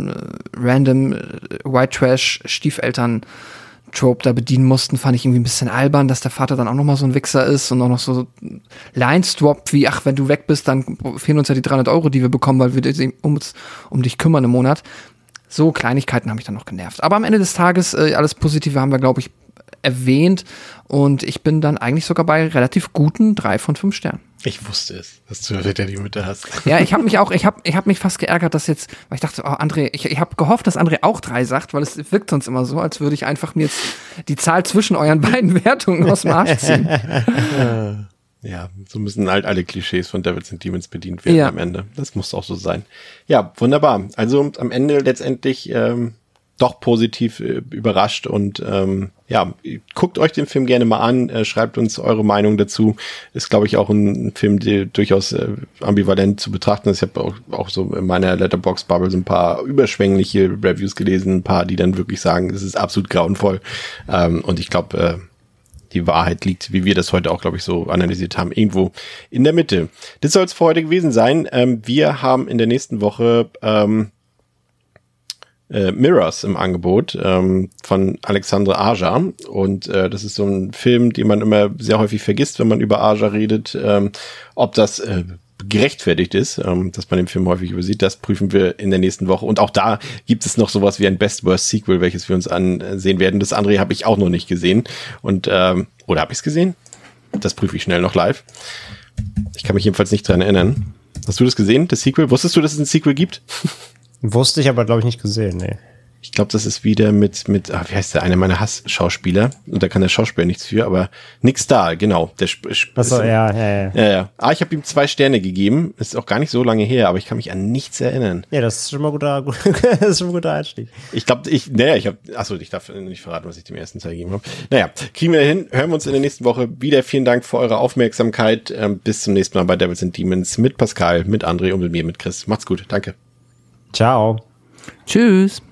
S4: random White Trash Stiefeltern Trope da bedienen mussten, fand ich irgendwie ein bisschen albern, dass der Vater dann auch noch mal so ein Wichser ist und auch noch so Lines droppt wie, wenn du weg bist, dann fehlen uns ja die 300 €, die wir bekommen, weil wir uns um dich kümmern im Monat. So Kleinigkeiten haben mich dann noch genervt. Aber am Ende des Tages, alles Positive haben wir, glaube ich, erwähnt und ich bin dann eigentlich sogar bei relativ guten 3 von 5 Sternen.
S3: Ich wusste es, dass du wieder die Mitte hast.
S4: Ja, ich habe mich fast geärgert, dass jetzt, weil ich dachte, André, ich habe gehofft, dass André auch 3 sagt, weil es wirkt sonst immer so, als würde ich einfach mir jetzt die Zahl zwischen euren beiden Wertungen aus dem Arsch ziehen.
S3: Ja, so müssen halt alle Klischees von Devils and Demons bedient werden am Ende. Das muss auch so sein. Ja, wunderbar. Also am Ende letztendlich doch positiv überrascht und guckt euch den Film gerne mal an, schreibt uns eure Meinung dazu. Ist, glaube ich, auch ein Film, der durchaus ambivalent zu betrachten ist. Ich habe auch so in meiner Letterboxd-Bubble so ein paar überschwängliche Reviews gelesen, ein paar, die dann wirklich sagen, es ist absolut grauenvoll. Und ich glaube, die Wahrheit liegt, wie wir das heute auch, glaube ich, so analysiert haben, irgendwo in der Mitte. Das soll es für heute gewesen sein. Wir haben in der nächsten Woche Mirrors im Angebot von Alexandre Aja und das ist so ein Film, den man immer sehr häufig vergisst, wenn man über Aja redet. Ob das gerechtfertigt ist, dass man den Film häufig übersieht, das prüfen wir in der nächsten Woche. Und auch da gibt es noch sowas wie ein Best-Worst-Sequel, welches wir uns ansehen werden. Das andere habe ich auch noch nicht gesehen. Und oder habe ich es gesehen? Das prüfe ich schnell noch live. Ich kann mich jedenfalls nicht dran erinnern. Hast du das gesehen, das Sequel? Wusstest du, dass es ein Sequel gibt?
S5: Wusste ich, aber glaube ich nicht gesehen, nee.
S3: Ich glaube, das ist wieder mit wie heißt der, einer meiner Hassschauspieler. Und da kann der Schauspieler nichts für, aber Nick Stahl, genau.
S5: Achso, ja.
S3: Ich habe ihm 2 Sterne gegeben. Ist auch gar nicht so lange her, aber ich kann mich an nichts erinnern.
S5: Ja, das ist schon mal das ist schon ein guter Einstieg.
S3: Ich glaube, ich darf nicht verraten, was ich dem ersten Teil gegeben habe. Naja, kriegen wir hin. Hören wir uns in der nächsten Woche wieder. Vielen Dank für eure Aufmerksamkeit. Bis zum nächsten Mal bei Devils and Demons mit Pascal, mit André und mit mir, mit Chris. Macht's gut. Danke.
S5: Ciao.
S4: Tschüss.